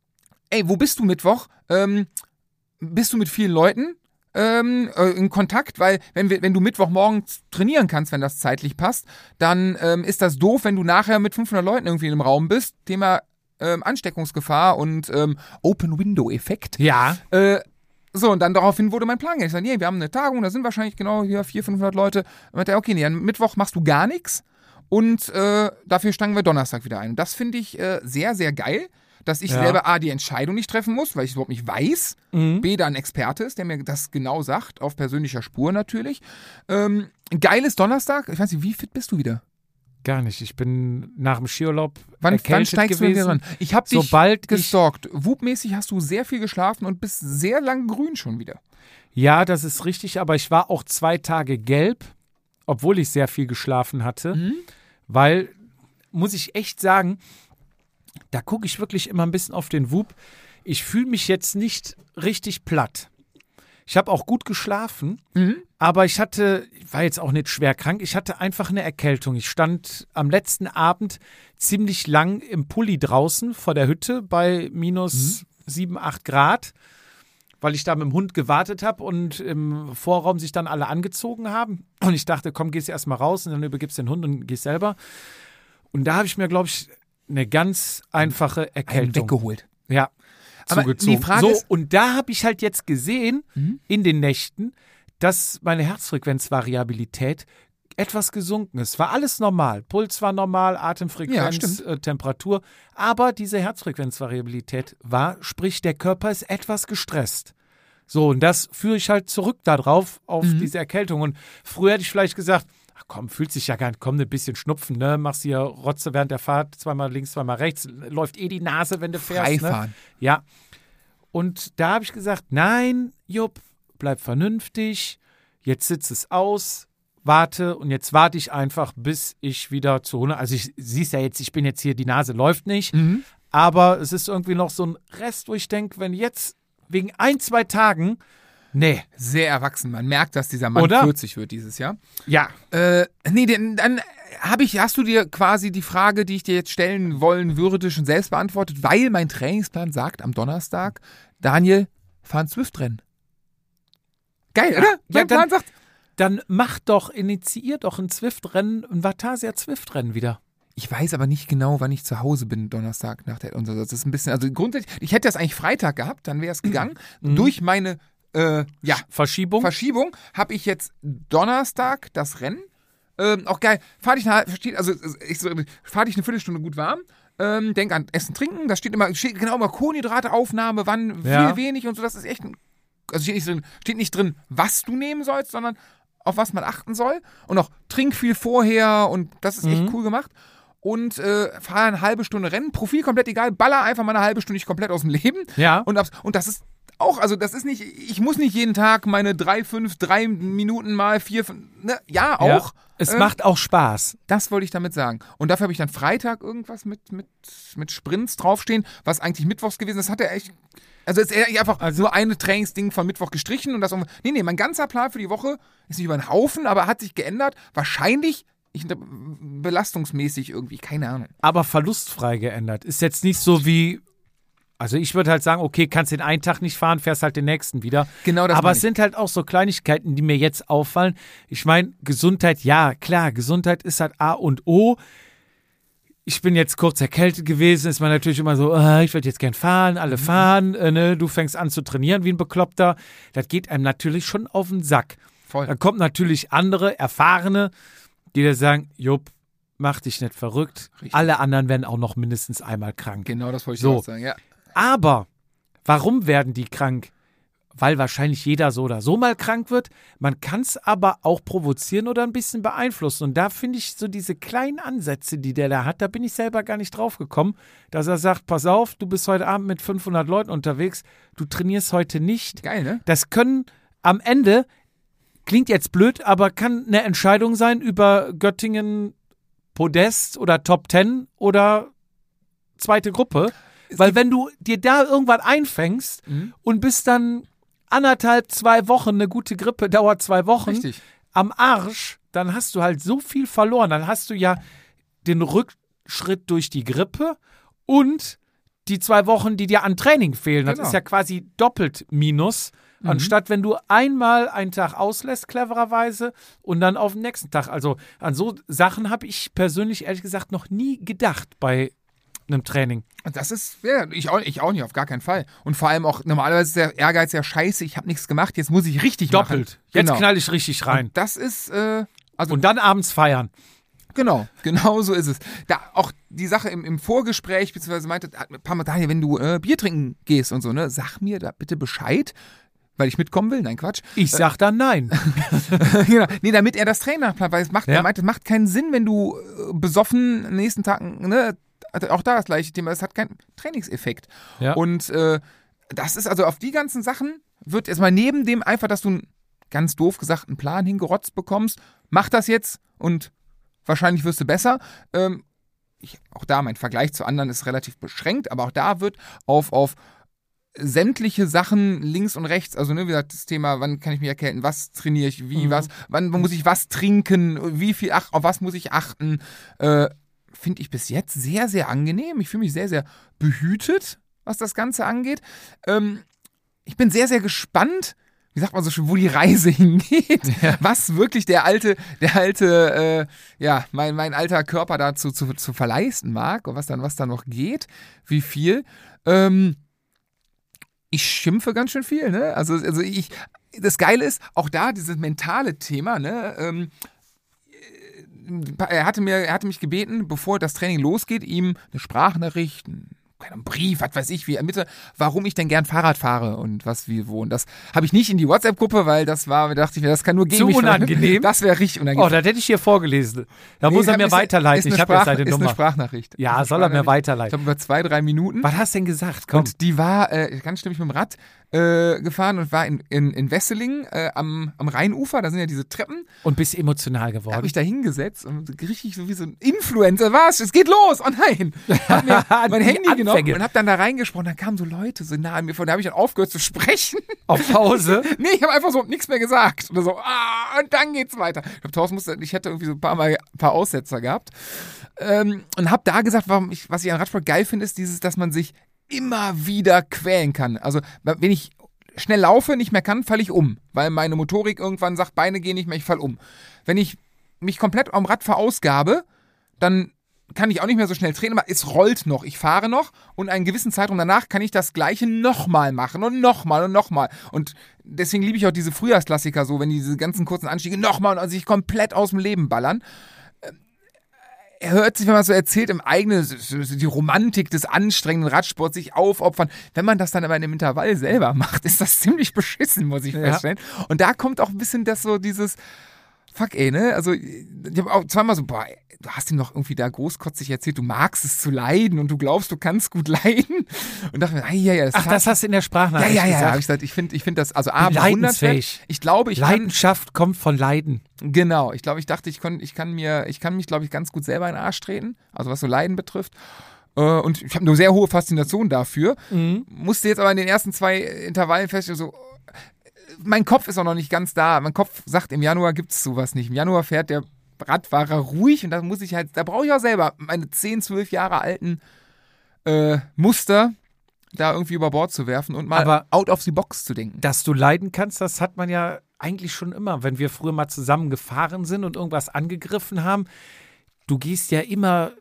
ey, wo bist du Mittwoch? Ähm, bist du mit vielen Leuten ähm, äh, in Kontakt? Weil wenn, wir, wenn du Mittwochmorgen trainieren kannst, wenn das zeitlich passt, dann ähm, ist das doof, wenn du nachher mit fünfhundert Leuten irgendwie im Raum bist. Thema ähm, Ansteckungsgefahr und ähm, Open-Window-Effekt. Ja. Äh, so, und dann daraufhin wurde mein Plan geändert. Ich sage, nee, wir haben eine Tagung, da sind wahrscheinlich genau hier vierhundert, fünfhundert Leute. Und meinte, okay, nee, am Mittwoch machst du gar nichts und äh, dafür steigen wir Donnerstag wieder ein. Und das finde ich äh, sehr, sehr geil, dass ich Ja. selber A, die Entscheidung nicht treffen muss, weil ich es überhaupt nicht weiß, Mhm. B, da ein Experte ist, der mir das genau sagt, auf persönlicher Spur natürlich. Ähm, ein geiles Donnerstag. Ich weiß nicht, wie fit bist du wieder? Gar nicht. Ich bin nach dem Skiurlaub Wann, wann erkältet steigst du gewesen. wieder ran? Ich habe dich Sobald ich, gestalkt. Whoop-mäßig hast du sehr viel geschlafen und bist sehr lang grün schon wieder. ja, das ist richtig, aber ich war auch zwei Tage gelb, obwohl ich sehr viel geschlafen hatte, Mhm. weil, muss ich echt sagen, da gucke ich wirklich immer ein bisschen auf den Whoop. Ich fühle mich jetzt nicht richtig platt. Ich habe auch gut geschlafen, Mhm. aber ich hatte, ich war jetzt auch nicht schwer krank, ich hatte einfach eine Erkältung. Ich stand am letzten Abend ziemlich lang im Pulli draußen vor der Hütte bei minus sieben, acht Grad, weil ich da mit dem Hund gewartet habe und im Vorraum sich dann alle angezogen haben. Und ich dachte, komm, gehst erst mal raus und dann übergibst den Hund und gehst selber. Und da habe ich mir, glaube ich, eine ganz einfache Einen Erkältung weggeholt. ja, Aber zugezogen. die Frage so, ist- und da habe ich halt jetzt gesehen, Mhm. in den Nächten, dass meine Herzfrequenzvariabilität etwas gesunken ist. War alles normal. Puls war normal, Ja, Atemfrequenz, stimmt. äh, Temperatur. Aber diese Herzfrequenzvariabilität war, sprich, der Körper ist etwas gestresst. So, und das führe ich halt zurück darauf, auf Mhm. diese Erkältung. Und früher hätte ich vielleicht gesagt, ach komm, fühlt sich ja gar nicht, komm, ein bisschen Schnupfen, ne? Machst hier Rotze während der Fahrt, zweimal links, zweimal rechts, läuft eh die Nase, wenn du fährst. Ne? Freifahren. Ja. Und da habe ich gesagt, nein, Jupp, bleib vernünftig, jetzt sitz es aus, warte und jetzt warte ich einfach, bis ich wieder zu hundert, also ich siehst ja jetzt, ich bin jetzt hier, die Nase läuft nicht, Mhm. aber es ist irgendwie noch so ein Rest, wo ich denke, wenn jetzt wegen ein, zwei Tagen, nee, Sehr erwachsen. Man merkt, dass dieser Mann Oder? vierzig wird dieses Jahr. ja, Äh, nee, denn, dann habe ich, hast du dir quasi die Frage, die ich dir jetzt stellen wollen würde, schon selbst beantwortet, weil mein Trainingsplan sagt am Donnerstag, Daniel, fahr ein Swift-Rennen. Geil, oder? Mein dann- Plan sagt, dann mach doch, initiier doch ein Zwift-Rennen, ein Vatasia Zwift-Rennen wieder. ich weiß aber nicht genau, wann ich zu Hause bin, Donnerstag nach der, und so. Das ist ein bisschen, also grundsätzlich, ich hätte das eigentlich Freitag gehabt, dann wäre es gegangen. Mhm. Durch meine, äh, ja, Verschiebung? Verschiebung habe ich jetzt Donnerstag das Rennen. Ähm, auch geil. Fahr dich eine, steht, also ich so, fahr dich eine Viertelstunde gut warm. Ähm, denk an Essen, Trinken. Da steht immer, steht genau immer Kohlenhydrateaufnahme, wann, Ja. wie wenig und so. Das ist echt ein, also steht nicht drin, steht nicht drin, was du nehmen sollst, sondern auf was man achten soll. Und auch trink viel vorher und das ist echt Mhm. cool gemacht. Und äh, fahr eine halbe Stunde Rennen. Profil komplett egal. Baller einfach mal eine halbe Stunde nicht komplett aus dem Leben. Ja. Und, abs- und das ist auch, also das ist nicht, ich muss nicht jeden Tag meine drei, fünf, drei Minuten mal vier, fünf, ne? Ja, auch. Ja, es äh, macht auch Spaß. Das wollte ich damit sagen. Und dafür habe ich dann Freitag irgendwas mit, mit, mit Sprints draufstehen, was eigentlich mittwochs gewesen ist. Das hat er echt, also ist er einfach also nur eine Trainingsding von Mittwoch gestrichen und das, nee, nee, mein ganzer Plan für die Woche ist nicht über den Haufen, aber hat sich geändert. Wahrscheinlich Ich, belastungsmäßig irgendwie, keine Ahnung. Aber verlustfrei geändert. Ist jetzt nicht so wie, also ich würde halt sagen, okay, kannst den einen Tag nicht fahren, fährst halt den nächsten wieder. Genau das. Aber es sind halt auch so Kleinigkeiten, die mir jetzt auffallen. Ich meine, Gesundheit, ja, klar, Gesundheit ist halt A und O. Ich bin jetzt kurz erkältet gewesen, ist man natürlich immer so, äh, ich würde jetzt gern fahren, alle mhm. fahren, äh, ne? Du fängst an zu trainieren wie ein Bekloppter. Das geht einem natürlich schon auf den Sack. Voll. Dann kommt natürlich andere, Erfahrene, die dir sagen, Jupp, mach dich nicht verrückt. Richtig. Alle anderen werden auch noch mindestens einmal krank. Genau, das wollte ich so. auch sagen, ja. Aber warum werden die krank? Weil wahrscheinlich jeder so oder so mal krank wird. Man kann es aber auch provozieren oder ein bisschen beeinflussen. Und da finde ich so diese kleinen Ansätze, die der da hat, da bin ich selber gar nicht drauf gekommen, dass er sagt, pass auf, du bist heute Abend mit fünfhundert Leuten unterwegs, du trainierst heute nicht. Geil, ne? Das können am Ende, klingt jetzt blöd, aber kann eine Entscheidung sein über Göttingen Podest oder Top Ten oder zweite Gruppe. Weil wenn du dir da irgendwann einfängst mhm. und bist dann anderthalb, zwei Wochen, eine gute Grippe dauert zwei Wochen, Richtig. am Arsch, dann hast du halt so viel verloren. Dann hast du ja den Rückschritt durch die Grippe und die zwei Wochen, die dir an Training fehlen. Das genau. ist ja quasi doppelt Minus. Mhm. Anstatt wenn du einmal einen Tag auslässt, clevererweise, und dann auf den nächsten Tag. Also an so Sachen habe ich persönlich ehrlich gesagt noch nie gedacht bei einem Training. Das ist, ja, ich auch, ich auch nicht, auf gar keinen Fall. Und vor allem auch, normalerweise ist der Ehrgeiz ja scheiße, ich habe nichts gemacht, jetzt muss ich richtig Doppelt. machen. Jetzt genau. knall ich richtig rein. Und das ist, äh, also. Und dann abends feiern. Genau, genau so ist es. Da auch die Sache im, im Vorgespräch, beziehungsweise meinte, ein paar Mal, Daniel, wenn du äh, Bier trinken gehst und so, ne, sag mir da bitte Bescheid, weil ich mitkommen will. Nein, Quatsch. Ich sag dann nein. Genau. Nee, damit er das Training nachplant, weil es macht, ja. er meinte, es macht keinen Sinn, wenn du äh, besoffen am nächsten Tag, ne, auch da das gleiche Thema, es hat keinen Trainingseffekt. Ja. Und äh, das ist also auf die ganzen Sachen, wird erstmal neben dem einfach, dass du einen ganz doof gesagt einen Plan hingerotzt bekommst, mach das jetzt und wahrscheinlich wirst du besser. Ähm, ich, auch da, mein Vergleich zu anderen ist relativ beschränkt, aber auch da wird auf, auf sämtliche Sachen links und rechts, also ne, wie gesagt, das Thema, wann kann ich mich erkälten, was trainiere ich, wie, mhm. was, wann muss ich was trinken, wie viel, ach, auf was muss ich achten, äh, finde ich bis jetzt sehr, sehr angenehm. Ich fühle mich sehr, sehr behütet, was das Ganze angeht. Ähm, ich bin sehr, sehr gespannt, wie sagt man so schön, wo die Reise hingeht. Ja. Was wirklich der alte, der alte, äh, ja, mein, mein alter Körper dazu zu, zu verleisten mag und was dann, was da noch geht, wie viel. Ähm, ich schimpfe ganz schön viel, ne? Also, also ich, das Geile ist, auch da dieses mentale Thema, ne? Ähm, Er hatte, mir, er hatte mich gebeten, bevor das Training losgeht, ihm eine Sprachnachricht, einen Brief, was weiß ich, wie ermitteln, warum ich denn gern Fahrrad fahre und was, wie, wo. Und das habe ich nicht in die WhatsApp-Gruppe, weil das war, da dachte ich mir, das kann nur gegen Zu mich unangenehm. Das wäre richtig unangenehm. Oh, das hätte ich hier vorgelesen. Da nee, muss er mir ist, weiterleiten. Ist ich habe jetzt seine Nummer. Ist eine Sprachnachricht. Ja, eine soll er mir weiterleiten. Ich glaube, über zwei, drei Minuten. Was hast du denn gesagt? Komm. Und die war äh, ganz stimmig mit dem Rad äh, gefahren und war in, in, in Wesseling äh, am, am Rheinufer, da sind ja diese Treppen. Und bist emotional geworden. Da habe ich da hingesetzt und richtig so wie so ein Influencer, was, es geht los, oh nein. Hab mir mein Handy Anfänge. genommen und habe dann da reingesprochen, dann kamen so Leute so nah an mir vor, da habe ich dann aufgehört zu sprechen. Auf Pause? Nee, ich habe einfach so nichts mehr gesagt. Oder so, ah, und dann geht's weiter. Ich glaube, Thorsten musste, ich hätte irgendwie so ein paar Mal ein paar Aussetzer gehabt. Ähm, und habe da gesagt, warum ich, was ich an Radsport geil finde, ist dieses, dass man sich immer wieder quälen kann. Also, wenn ich schnell laufe, nicht mehr kann, falle ich um. Weil meine Motorik irgendwann sagt, Beine gehen nicht mehr, ich falle um. Wenn ich mich komplett am Rad verausgabe, dann kann ich auch nicht mehr so schnell trainieren, aber es rollt noch. Ich fahre noch und einen gewissen Zeitraum danach kann ich das Gleiche nochmal machen und nochmal und nochmal. Und deswegen liebe ich auch diese Frühjahrsklassiker so, wenn diese ganzen kurzen Anstiege nochmal und sich komplett aus dem Leben ballern. Er hört sich, wenn man so erzählt, im eigenen, die Romantik des anstrengenden Radsports, sich aufopfern. Wenn man das dann aber in einem Intervall selber macht, ist das ziemlich beschissen, muss ich ja. feststellen. Und da kommt auch ein bisschen das so dieses, fuck ey, ne? Also ich habe auch zweimal so, boah, du hast ihm noch irgendwie da großkotzig erzählt, du magst es zu leiden und du glaubst, du kannst gut leiden. Und dachte mir, ah, ja, ja, das Ach, das hast du in der Sprachnachricht Ja, ja, ja, gesagt. habe ich gesagt, ich finde ich find das, also A, leidensfähig. Ich glaube, ich Leidenschaft kann, kommt von Leiden. Genau, ich glaube, ich dachte, ich, kon, ich kann mir, ich kann mich, glaube ich, ganz gut selber in den Arsch treten, also was so Leiden betrifft. Und ich habe eine sehr hohe Faszination dafür. Mhm. Musste jetzt aber in den ersten zwei Intervallen feststellen, so, mein Kopf ist auch noch nicht ganz da. Mein Kopf sagt, im Januar gibt es sowas nicht. Im Januar fährt der Radfahrer ruhig und da muss ich halt, da brauche ich auch selber meine zehn, zwölf Jahre alten äh, Muster da irgendwie über Bord zu werfen und mal aber out of the box zu denken. Dass du leiden kannst, das hat man ja eigentlich schon immer, wenn wir früher mal zusammen gefahren sind und irgendwas angegriffen haben. Du gehst ja immer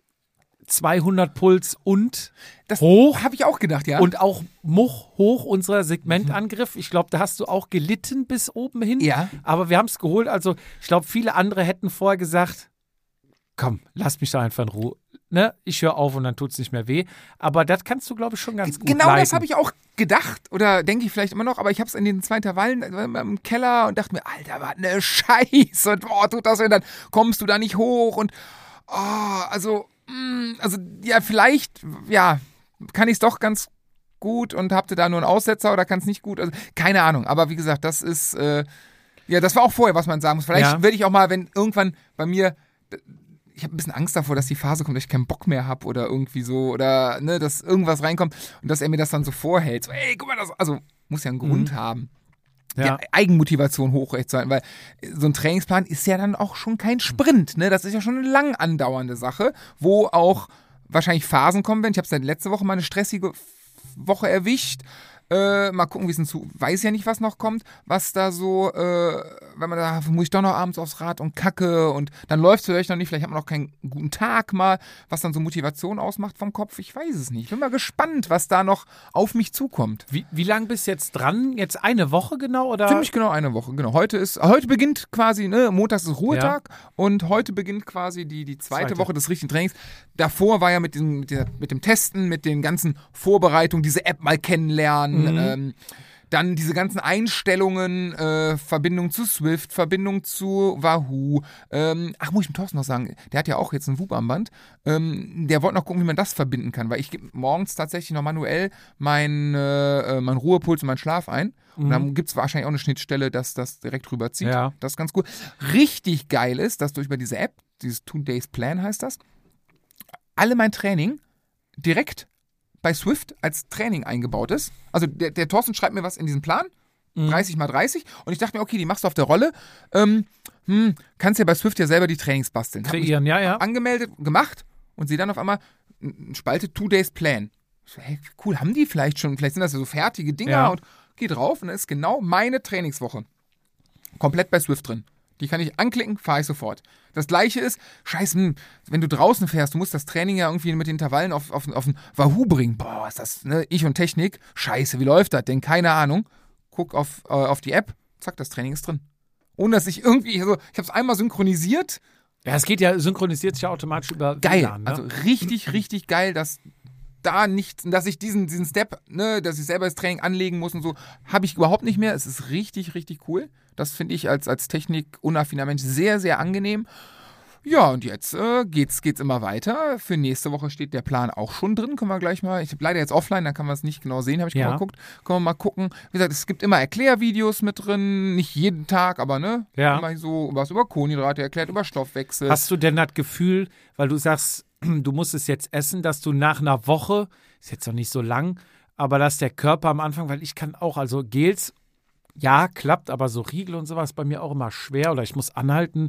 zweihundert Puls und das hoch. Habe ich auch gedacht, ja. Und auch Much hoch, unser Segmentangriff. Ich glaube, da hast du auch gelitten bis oben hin. Ja. Aber wir haben es geholt. Also ich glaube, viele andere hätten vorher gesagt, komm, lass mich da einfach in Ruhe. Ne? Ich höre auf und dann tut es nicht mehr weh. Aber das kannst du, glaube ich, schon ganz gut Genau leiden. Das habe ich auch gedacht oder denke ich vielleicht immer noch, aber ich habe es in den zwei Intervallen im Keller und dachte mir, Alter, was eine Scheiße und boah, tut das und dann kommst du da nicht hoch und oh, also Also, ja, vielleicht, ja, kann ich es doch ganz gut und habt ihr da nur einen Aussetzer oder kann es nicht gut? Also, keine Ahnung, aber wie gesagt, das ist, äh, ja, das war auch vorher, was man sagen muss. Vielleicht ja. werde ich auch mal, wenn irgendwann bei mir, ich habe ein bisschen Angst davor, dass die Phase kommt, dass ich keinen Bock mehr habe oder irgendwie so, oder, ne, dass irgendwas reinkommt und dass er mir das dann so vorhält. So, ey, guck mal, das, also, muss ja einen Grund mhm. haben. Ja. Die Eigenmotivation hochrecht zu halten, weil so ein Trainingsplan ist ja dann auch schon kein Sprint, ne? Das ist ja schon eine lang andauernde Sache, wo auch wahrscheinlich Phasen kommen werden. Ich habe seit letzter Woche mal eine stressige Woche erwischt. Äh, mal gucken, wie es hinzu. Weiß ja nicht, was noch kommt, was da so, äh, wenn man da, muss ich doch noch abends aufs Rad und kacke und dann läuft es vielleicht noch nicht, vielleicht hat man noch keinen guten Tag mal, was dann so Motivation ausmacht vom Kopf. Ich weiß es nicht. Ich bin mal gespannt, was da noch auf mich zukommt. Wie, wie lange bist du jetzt dran? Jetzt eine Woche genau? Oder? Ziemlich genau eine Woche, genau. Heute ist, heute beginnt quasi, ne, Montags ist Ruhetag ja. und heute beginnt quasi die, die zweite, zweite Woche des richtigen Trainings. Davor war ja mit, diesem, mit, der, mit dem Testen, mit den ganzen Vorbereitungen, diese App mal kennenlernen, Mhm. Ähm, dann diese ganzen Einstellungen, äh, Verbindung zu Swift, Verbindung zu Wahoo. Ähm, ach, muss ich dem Thorsten noch sagen, der hat ja auch jetzt ein Whoop-Armband. Ähm, der wollte noch gucken, wie man das verbinden kann, weil ich gebe morgens tatsächlich noch manuell meinen äh, mein Ruhepuls und meinen Schlaf ein. Mhm. Und dann gibt es wahrscheinlich auch eine Schnittstelle, dass das direkt rüberzieht. Ja. Das ist ganz cool. Richtig geil ist, dass durch über diese App, dieses Two-Days-Plan heißt das, alle mein Training direkt bei Swift als Training eingebaut ist. Also der, der Thorsten schreibt mir was in diesen Plan, mhm. dreißig mal dreißig, und ich dachte mir, okay, die machst du auf der Rolle. Ähm, hm, kannst ja bei Swift ja selber die Trainings basteln. Kreieren, ja, ja. Angemeldet, gemacht und sehe dann auf einmal eine Spalte Two Days Plan. So, hey, cool, haben die vielleicht schon, vielleicht sind das ja so fertige Dinger ja. und geh drauf und dann ist genau meine Trainingswoche komplett bei Swift drin. Die kann ich anklicken, fahre ich sofort. Das Gleiche ist, scheiße, wenn du draußen fährst, du musst das Training ja irgendwie mit den Intervallen auf, auf, auf den Wahoo bringen. Boah, ist das, ne? Ich und Technik, scheiße, wie läuft das denn? Keine Ahnung. Guck auf, äh, auf die App, zack, das Training ist drin. Ohne dass ich irgendwie, also ich habe es einmal synchronisiert. Ja, es geht ja, synchronisiert sich ja automatisch über Geil, W L A N, ne? Also richtig, richtig geil, dass da nicht, dass ich diesen, diesen Step, ne, dass ich selber das Training anlegen muss und so, habe ich überhaupt nicht mehr. Es ist richtig, richtig cool. Das finde ich als, als technikunaffiner Mensch sehr, sehr angenehm. Ja, und jetzt äh, geht's, geht's immer weiter. Für nächste Woche steht der Plan auch schon drin. Können wir gleich mal, ich habe leider jetzt offline, da kann man es nicht genau sehen, habe ich ja. mal geguckt. Können wir mal gucken. Wie gesagt, es gibt immer Erklärvideos mit drin, nicht jeden Tag, aber ne, ja. immer so was über Kohlenhydrate erklärt, über Stoffwechsel. Hast du denn das Gefühl, weil du sagst, du musst es jetzt essen, dass du nach einer Woche, ist jetzt noch nicht so lang, aber dass der Körper am Anfang, weil ich kann auch, also Gels, ja, klappt, aber so Riegel und sowas bei mir auch immer schwer oder ich muss anhalten.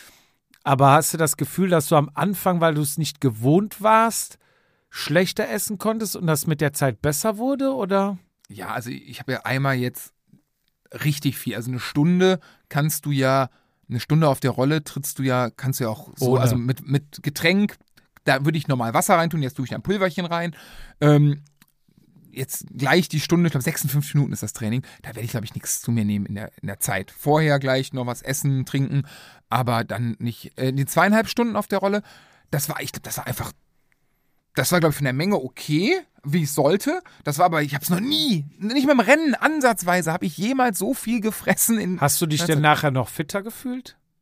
Aber hast du das Gefühl, dass du am Anfang, weil du es nicht gewohnt warst, schlechter essen konntest und das mit der Zeit besser wurde, oder? Ja, also ich habe ja einmal jetzt richtig viel, also eine Stunde kannst du ja, eine Stunde auf der Rolle trittst du ja, kannst du ja auch so, Ohne. also mit, mit Getränk, da würde ich normal Wasser reintun, jetzt tue ich ein Pulverchen rein. Ähm, jetzt gleich die Stunde, ich glaube sechsundfünfzig Minuten ist das Training, da werde ich, glaube ich, nichts zu mir nehmen in der, in der Zeit. Vorher gleich noch was essen, trinken, aber dann nicht. Äh, die zweieinhalb Stunden auf der Rolle, das war, ich glaube, das war einfach, das war, glaube ich, von der Menge okay, wie es sollte. Das war aber, ich habe es noch nie, nicht mit dem Rennen ansatzweise, habe ich jemals so viel gefressen. In Hast du dich denn nachher noch fitter gefühlt?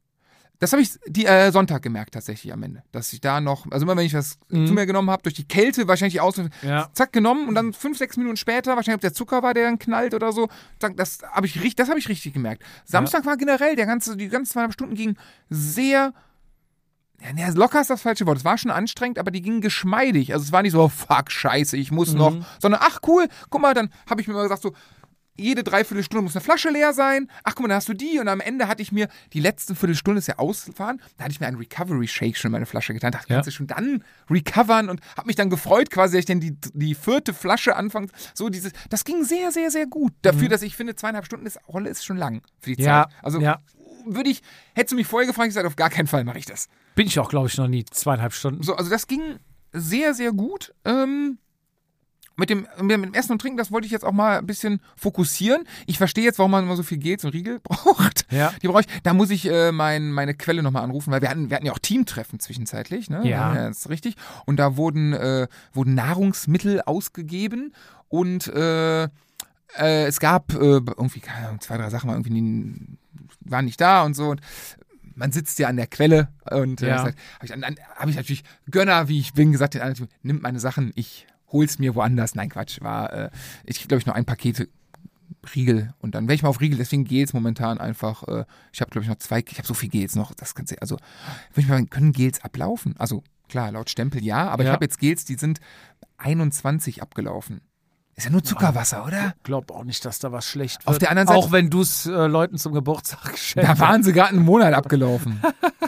Das habe ich die, äh, Sonntag gemerkt tatsächlich am Ende, dass ich da noch, also immer wenn ich was Mhm. zu mir genommen habe, durch die Kälte wahrscheinlich aus, Ja. zack, genommen und dann fünf, sechs Minuten später, wahrscheinlich ob der Zucker war, der dann knallt oder so, zack, das habe ich, richt- das hab ich richtig gemerkt. Samstag war generell, der ganze, die ganzen zweieinhalb Stunden gingen sehr, ja, ne, locker ist das falsche Wort, es war schon anstrengend, aber die gingen geschmeidig, also es war nicht so, oh, fuck, scheiße, ich muss Mhm. noch, sondern ach cool, guck mal, dann habe ich mir mal gesagt so, jede Dreiviertelstunde muss eine Flasche leer sein. Ach, guck mal, dann hast du die. Und am Ende hatte ich mir, die letzte Viertelstunde ist ja ausfahren, da hatte ich mir einen Recovery-Shake schon in meine Flasche getan. Da Ja. kannst du schon dann recovern und habe mich dann gefreut, quasi, dass ich dann die, die vierte Flasche anfange. So, dieses, das ging sehr, sehr, sehr gut. Dafür, Mhm. dass ich finde, zweieinhalb Stunden ist, Rolle ist schon lang für die Ja, Zeit. Also, ja. würde ich, hättest du mich vorher gefragt, ich gesagt, auf gar keinen Fall mache ich das. Bin ich auch, glaube ich, noch nie zweieinhalb Stunden. So, also das ging sehr, sehr gut. Ähm, mit, dem, mit dem Essen und Trinken, das wollte ich jetzt auch mal ein bisschen fokussieren. Ich verstehe jetzt, warum man immer so viel Gels und Riegel braucht. Ja. Die brauche ich. Da muss ich äh, mein, meine Quelle nochmal anrufen, weil wir hatten, wir hatten ja auch Teamtreffen zwischenzeitlich. Ne? Ja. Ja, das ist richtig. Und da wurden, äh, wurden Nahrungsmittel ausgegeben und äh, äh, es gab äh, irgendwie, keine Ahnung, zwei, drei Sachen, war irgendwie nie, waren nicht da und so. Und man sitzt ja an der Quelle und äh, Ja. habe ich, dann- dann hab ich natürlich Gönner, wie ich bin, gesagt, den anderen, nimmt meine Sachen, ich hol's mir woanders. Nein, Quatsch, war, äh, ich krieg, glaube ich, nur ein Paket Riegel und dann wäre ich mal auf Riegel, deswegen Gels momentan einfach, äh, ich habe, glaube ich, noch zwei, ich habe so viel Gels noch, das kannst du, also, wenn ich mal, können Gels ablaufen? Also, klar, laut Stempel ja, aber Ja. ich habe jetzt Gels, die sind einundzwanzig abgelaufen. Ist ja nur Zuckerwasser, oder? Ich glaube auch nicht, dass da was schlecht wird. Auf der anderen Seite- Auch wenn du es äh, Leuten zum Geburtstag geschenkst. Da waren sie gerade einen Monat abgelaufen.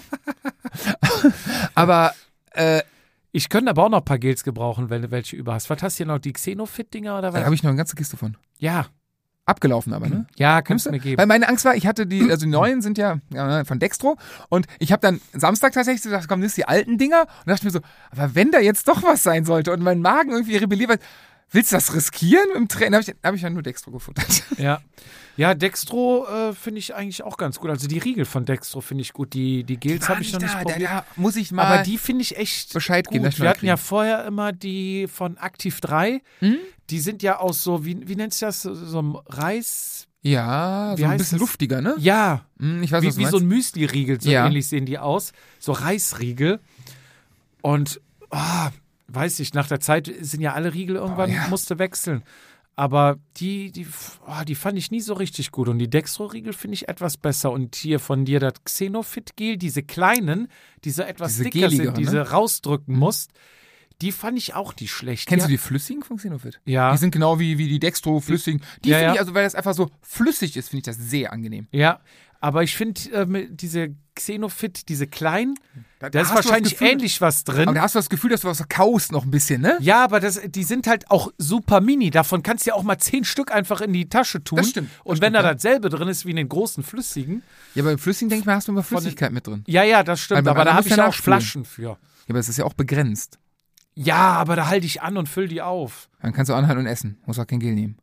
Aber, äh, Ich könnte aber auch noch ein paar Gels gebrauchen, wenn du welche über hast. Was hast du hier noch? Die Xenofit-Dinger oder da was? habe ich noch eine ganze Kiste von. Ja. Abgelaufen aber, ne? Ja, kannst du Nimmst mir geben. Weil meine Angst war, ich hatte die, also die neuen sind ja, ja von Dextro und ich habe dann Samstag tatsächlich gesagt, komm, nimmst die alten Dinger und dachte mir so, aber wenn da jetzt doch was sein sollte und mein Magen irgendwie rebelliert, weil, willst du das riskieren im Training? Habe ich, hab ich ja nur Dextro gefuttert. Ja. Ja, Dextro äh, finde ich eigentlich auch ganz gut. Also die Riegel von Dextro finde ich gut. Die, die Gels habe ich noch nicht da, probiert. Da, da muss ich mal. Aber die finde ich echt Bescheid gut. geben, dass ich Wir mal hatten ja kriegen. vorher immer die von Aktiv drei. Hm? Die sind ja aus so, wie, wie nennst du das? So, so einem Reis... Ja, Wie so ein heißt bisschen das? luftiger, ne? Ja, Hm, ich weiß, was wie, du wie so ein meinst. Müsli-Riegel, so Ja. ähnlich sehen die aus. So Reisriegel. Und, ah, weiß ich, nach der Zeit sind ja alle Riegel irgendwann, Oh, ja. musste wechseln. Aber die, die, oh, die fand ich nie so richtig gut. Und die Dextro-Riegel finde ich etwas besser. Und hier von dir das Xenofit-Gel, diese kleinen, die so etwas Diese dicker geligeren, sind, die ne? du rausdrücken musst, die fand ich auch nicht schlecht. Kennst die, du die flüssigen von Xenofit? Ja. Die sind genau wie, wie die Dextro-flüssigen. Die Ja, finde ja. ich, also weil das einfach so flüssig ist, finde ich das sehr angenehm. Ja, aber ich finde äh, diese Xenofit, diese kleinen, Da- da da ist hast du das wahrscheinlich Gefühl- ähnlich was drin. Aber da hast du das Gefühl, dass du was kaust noch ein bisschen, ne? Ja, aber das, die sind halt auch super mini. Davon kannst du ja auch mal zehn Stück einfach in die Tasche tun. Das stimmt, das Und wenn stimmt, da ja. dasselbe drin ist wie in den großen flüssigen. Ja, aber im Flüssigen, denke ich mal, hast du immer den- Flüssigkeit mit drin. Ja, ja, das stimmt. Weil beim Aber da anderen habe musst ich du ja ja auch nachspülen. Flaschen für. Ja, aber es ist ja auch begrenzt. Ja, aber da halte ich an und fülle die auf. Dann kannst du anhalten und essen. Muss auch kein Gel nehmen.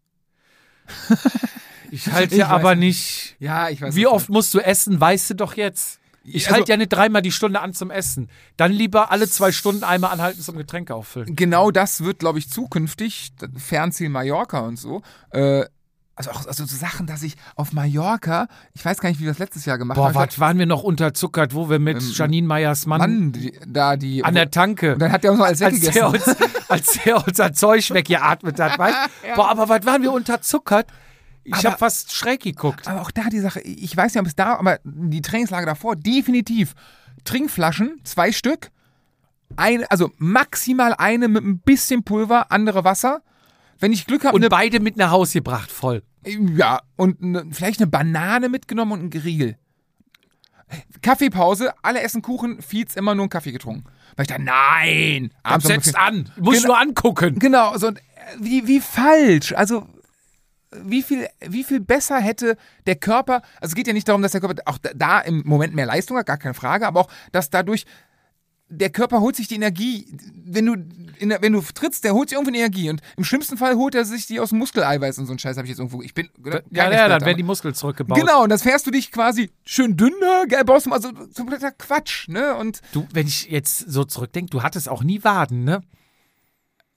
Ich halte Ich ja weiß aber nicht. nicht. Ja, ich weiß Wie oft musst du essen, weißt du doch jetzt. Ich Also- halte ja nicht dreimal die Stunde an zum Essen. Dann lieber alle zwei Stunden einmal anhalten zum Getränke auffüllen. Genau das wird, glaube ich, zukünftig, Fernziel Mallorca und so, äh, also auch also so Sachen, dass ich auf Mallorca, ich weiß gar nicht, wie wir das letztes Jahr gemacht Boah, haben. was waren wir noch unterzuckert, wo wir mit Ähm, Janine Meyers Mann, Mann, die, da die. an der Tanke, und dann hat der uns noch alles als weggegessen. er, uns, als er unser Zeug weggeatmet hat, weißt du? Boah, aber was waren wir unterzuckert? Ich Aber- habe fast schräg geguckt. Aber auch da die Sache, ich weiß nicht, ob es da, aber die Trainingslage davor, definitiv. Trinkflaschen, zwei Stück, eine, also maximal eine mit ein bisschen Pulver, andere Wasser. Wenn ich Glück habe, Und eine, beide mit nach Hause gebracht, voll. ja, und eine, vielleicht eine Banane mitgenommen und ein Geriegel. Kaffeepause, alle essen Kuchen, Fietz immer nur einen Kaffee getrunken. Weil ich dachte, nein! Das abends noch setzt ein an. Muss Genau. nur angucken. Genau, so, und, äh, wie, wie falsch. Also, wie viel, wie viel besser hätte der Körper, also es geht ja nicht darum, dass der Körper auch da, da im Moment mehr Leistung hat, gar keine Frage, aber auch, dass dadurch der Körper holt sich die Energie, wenn du, in der, wenn du trittst, der holt sich irgendwie Energie und im schlimmsten Fall holt er sich die aus dem Muskeleiweiß und so ein Scheiß habe ich jetzt irgendwo, ich bin Ja, kein ja, Experte, dann aber- werden die Muskeln zurückgebaut. Genau, und das fährst du dich quasi schön dünner, geil, baust du mal so kompletter Quatsch, ne, und Du, wenn ich jetzt so zurückdenke, du hattest auch nie Waden, ne?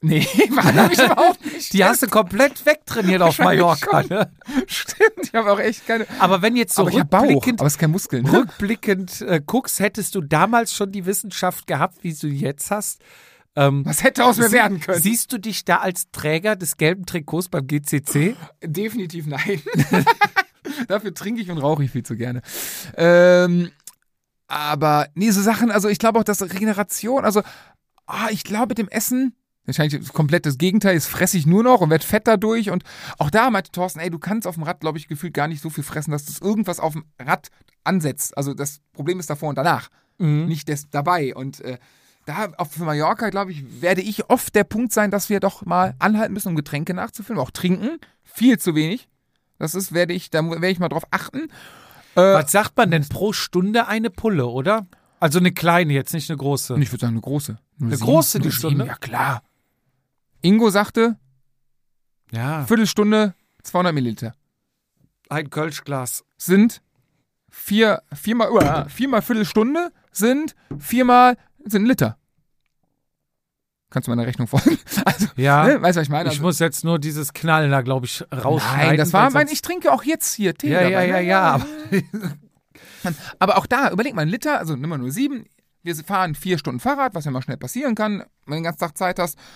Nee, Wale habe ich überhaupt nicht. Die hast du komplett wegtrainiert auf Mallorca. Ne? Stimmt, ich habe auch echt keine... Aber wenn jetzt so aber ich hab Bauch, rückblickend, aber es ist kein Muskel. Ne? rückblickend äh, guckst, hättest du damals schon die Wissenschaft gehabt, wie du jetzt hast? Ähm, Was hätte aus mir sie- werden können? Siehst du dich da als Träger des gelben Trikots beim G C C? Definitiv nein. Dafür trinke ich und rauche ich viel zu gerne. Ähm, aber nee, so Sachen, also ich glaube auch, dass Regeneration, also ah, ich glaube mit dem Essen, wahrscheinlich komplett das Gegenteil, jetzt fresse ich nur noch und werde fett dadurch und auch da meinte Thorsten, ey, du kannst auf dem Rad, glaube ich, gefühlt gar nicht so viel fressen, dass das irgendwas auf dem Rad ansetzt. Also das Problem ist davor und danach, Mhm. nicht das dabei und äh, da auf für Mallorca, glaube ich, werde ich oft der Punkt sein, dass wir doch mal anhalten müssen, um Getränke nachzufüllen, auch trinken, viel zu wenig. Das ist, werde ich, da werde ich mal drauf achten. Äh, Was sagt man denn pro Stunde eine Pulle, oder? Also eine kleine, jetzt nicht eine große. ich würde sagen, eine große. Nur Eine sieben- große die nur Stunde? sieben, ja, klar. Ingo sagte, Ja, Viertelstunde, zweihundert Milliliter. ein Kölschglas. Sind vier, viermal, uh, viermal Viertelstunde sind viermal, sind ein Liter. Kannst du meiner Rechnung folgen? Also, Ja, ne, weißt du, was ich meine? ich Also, muss jetzt nur dieses Knallen da, glaube ich, rausschneiden. nein, das war weil mein, sonst- ich trinke auch jetzt hier Tee. Ja, ja, dabei, ja, ne? ja, aber Aber auch da, überleg mal, ein Liter, also nimm mal nur sieben. Wir fahren vier Stunden Fahrrad, was ja mal schnell passieren kann, wenn du den ganzen Tag Zeit hast.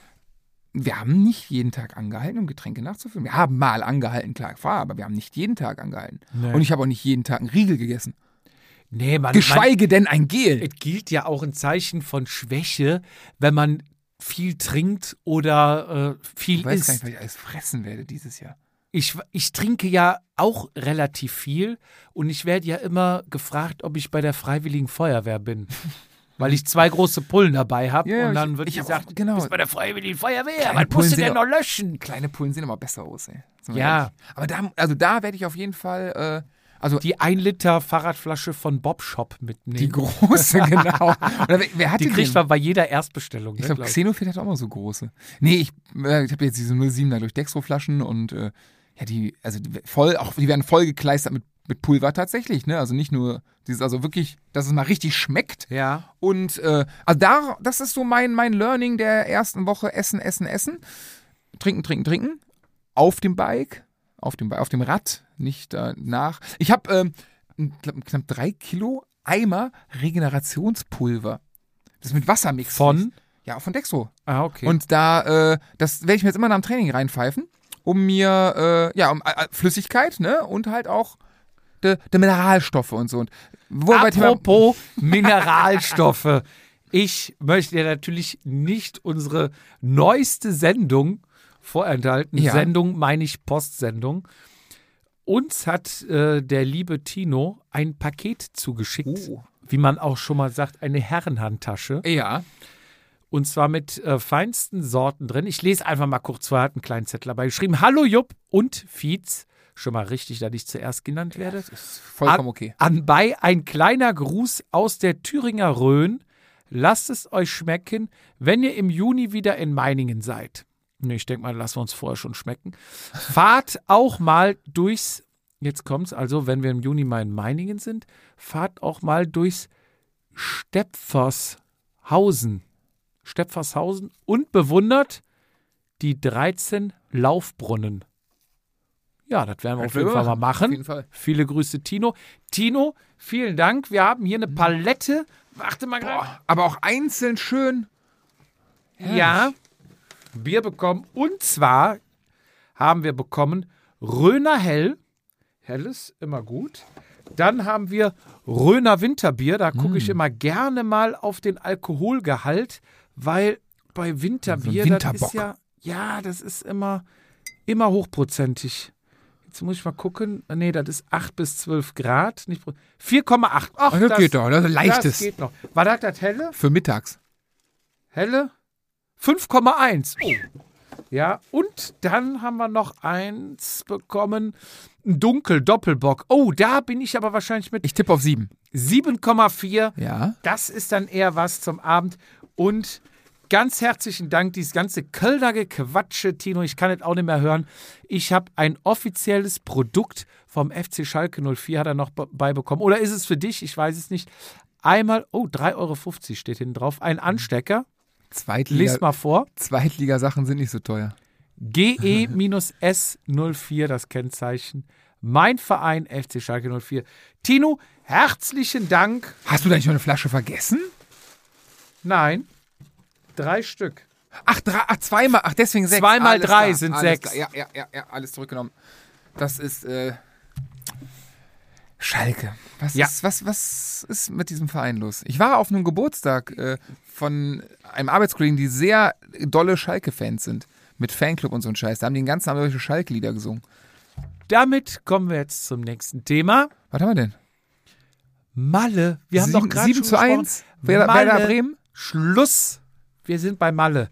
Wir haben nicht jeden Tag angehalten, um Getränke nachzufüllen. Wir haben mal angehalten, klar, klar, aber wir haben nicht jeden Tag angehalten. Nee. Und ich habe auch nicht jeden Tag einen Riegel gegessen. nee, man, Geschweige denn ein man, Gel. es gilt ja auch ein Zeichen von Schwäche, wenn man viel trinkt oder äh, viel Ich weiß isst. gar nicht, was ich alles fressen werde dieses Jahr. Ich, ich trinke ja auch relativ viel und ich werde ja immer gefragt, ob ich bei der Freiwilligen Feuerwehr bin. Weil ich zwei große Pullen dabei habe Ja, ja, und dann ich- wird ich hab gesagt, auch- genau. du bist bei der Freiwilligen Feuerwehr, Kleine was Pullen musst du sind denn ja- noch löschen? Kleine Pullen sehen immer besser aus, ey. Sind wir Ja. ehrlich. Aber da, also da werde ich auf jeden Fall, äh, also die, Die ein Liter Fahrradflasche von Bob Shop mitnehmen. große, genau. Oder wer, wer hat Die die kriegt denn? man bei jeder Erstbestellung. Ich ne, glaube, glaub ich. Xenofit hat auch mal so große. Nee, ich, äh, ich habe jetzt diese null siebener durch Dextro-Flaschen und äh, ja, die, also die, voll, auch, die werden voll gekleistert mit, mit Pulver tatsächlich, ne? Also nicht nur dieses, also wirklich, dass es mal richtig schmeckt. Ja. Und äh, also da, das ist so mein, mein Learning der ersten Woche: Essen, Essen, Essen. Trinken, trinken, trinken. Auf dem Bike, auf dem, Bi- auf dem Rad, nicht danach. Ich habe ähm, knapp, knapp drei Kilo Eimer Regenerationspulver. Das ist mit Wassermix. Von? Ja, von Dextro. Ah, okay. Und da, äh, das werde ich mir jetzt immer nach dem Training reinpfeifen, um mir, äh, ja, um äh, Flüssigkeit, ne, und halt auch de, de Mineralstoffe und so. Und wo wir bei Thema- Apropos Mineralstoffe. Ich möchte dir natürlich nicht unsere neueste Sendung vorenthalten. Ja. Sendung meine ich Postsendung. Uns hat äh, der liebe Tino ein Paket zugeschickt. Oh. Wie man auch schon mal sagt, eine Herrenhandtasche. Ja. Und zwar mit äh, feinsten Sorten drin. Ich lese einfach mal kurz vor, hat einen kleinen Zettel dabei geschrieben. Hallo Jupp und Fietz. Schon mal richtig, dass ich zuerst genannt werde. Das ist vollkommen An- okay. Anbei ein kleiner Gruß aus der Thüringer Rhön. Lasst es euch schmecken, wenn ihr im Juni wieder in Meiningen seid. Nee, ich denke mal, lassen wir uns vorher schon schmecken. Fahrt auch mal durchs, jetzt kommt's, also wenn wir im Juni mal in Meiningen sind, fahrt auch mal durchs Stepfershausen. Stepfershausen und bewundert die dreizehn Laufbrunnen. Ja, das werden wir auf jeden Fall mal machen. Auf jeden Fall. Viele Grüße, Tino. Tino, vielen Dank. Wir haben hier eine Palette. Warte mal gerade. Boah, aber auch einzeln schön. Ja, wir bekommen, und zwar haben wir bekommen Röner Hell. Helles, immer gut. Dann haben wir Röner Winterbier. Da gucke ich immer gerne mal auf den Alkoholgehalt, weil bei Winterbier, So ein das Winterbock. ist ja, ja, das ist immer, immer hochprozentig. Jetzt muss ich mal gucken. Nee, das ist acht bis zwölf Grad. Nicht pro- vier Komma acht. Ach, Ach, das geht doch, das ist ein Das leichtes. geht noch. War das das Helle? Für mittags. Helle? fünf Komma eins. Oh. Ja, und dann haben wir noch eins bekommen. Ein Dunkel, Doppelbock. Oh, da bin ich aber wahrscheinlich mit Ich tippe auf sieben. sieben Komma vier. Ja. Das ist dann eher was zum Abend. Und ganz herzlichen Dank, dieses ganze Kölner Gequatsche, Tino, ich kann es auch nicht mehr hören. Ich habe ein offizielles Produkt vom F C Schalke null vier, hat er noch be- beibekommen. Oder ist es für dich? Ich weiß es nicht. Einmal, oh, drei Euro fünfzig steht hinten drauf. Ein Anstecker. Zweitliga, Lies mal vor. Zweitligasachen sind nicht so teuer. G E S null vier, das Kennzeichen. Mein Verein F C Schalke null vier. Tino, herzlichen Dank. Hast du da nicht noch eine Flasche vergessen? Nein, drei Stück. Ach, drei, ach zweimal, ach deswegen sechs. Zweimal Alles drei klar, sind alles sechs. Klar. Ja, ja, ja, ja, alles zurückgenommen. Das ist, äh, Schalke. Was, Ja. ist, was, was ist mit diesem Verein los? Ich war auf einem Geburtstag äh, von einem Arbeitskollegen, die sehr dolle Schalke-Fans sind. Mit Fanclub und so ein Scheiß. Da haben die den ganzen Abend solche Schalke-Lieder gesungen. Damit kommen wir jetzt zum nächsten Thema. Was haben wir denn? Malle. Wir haben Sieben- doch gerade sieben schon zu gesprochen. eins? Werder- Malle, Werder Bremen? Schluss. Wir sind bei Malle.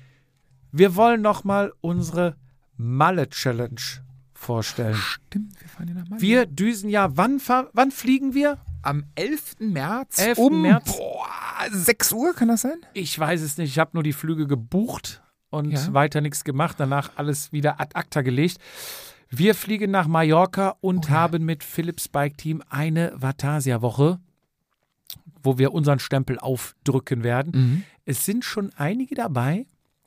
Wir wollen noch mal unsere Malle-Challenge vorstellen. Stimmt, wir fahren hier nach Malle. Wir düsen ja, wann, fahr, wann fliegen wir? Am elften März elften um März. Boah, sechs Uhr, kann das sein? Ich weiß es nicht. Ich habe nur die Flüge gebucht und Ja. weiter nichts gemacht. Danach alles wieder ad acta gelegt. Wir fliegen nach Mallorca und Oh ja. haben mit Philips Bike Team eine Vatasia-Woche, wo wir unseren Stempel aufdrücken werden. Mhm. Es sind schon einige dabei,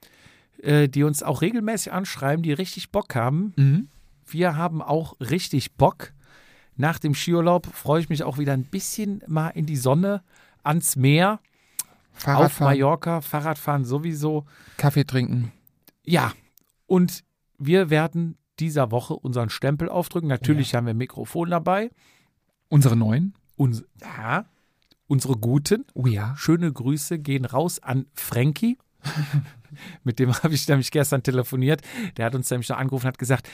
äh, die uns auch regelmäßig anschreiben, die richtig Bock haben. Mhm. Wir haben auch richtig Bock. Nach dem Skiurlaub freue ich mich auch wieder ein bisschen mal in die Sonne, ans Meer, auf Fahrradfahren, Mallorca, Fahrradfahren sowieso. Kaffee trinken. Ja, und wir werden dieser Woche unseren Stempel aufdrücken. Natürlich haben wir ein Mikrofon dabei. Unsere neuen? Uns, ja, unsere Guten. Oh ja. Schöne Grüße gehen raus an Frankie. Mit dem habe ich nämlich gestern telefoniert. Der hat uns nämlich noch angerufen und hat gesagt,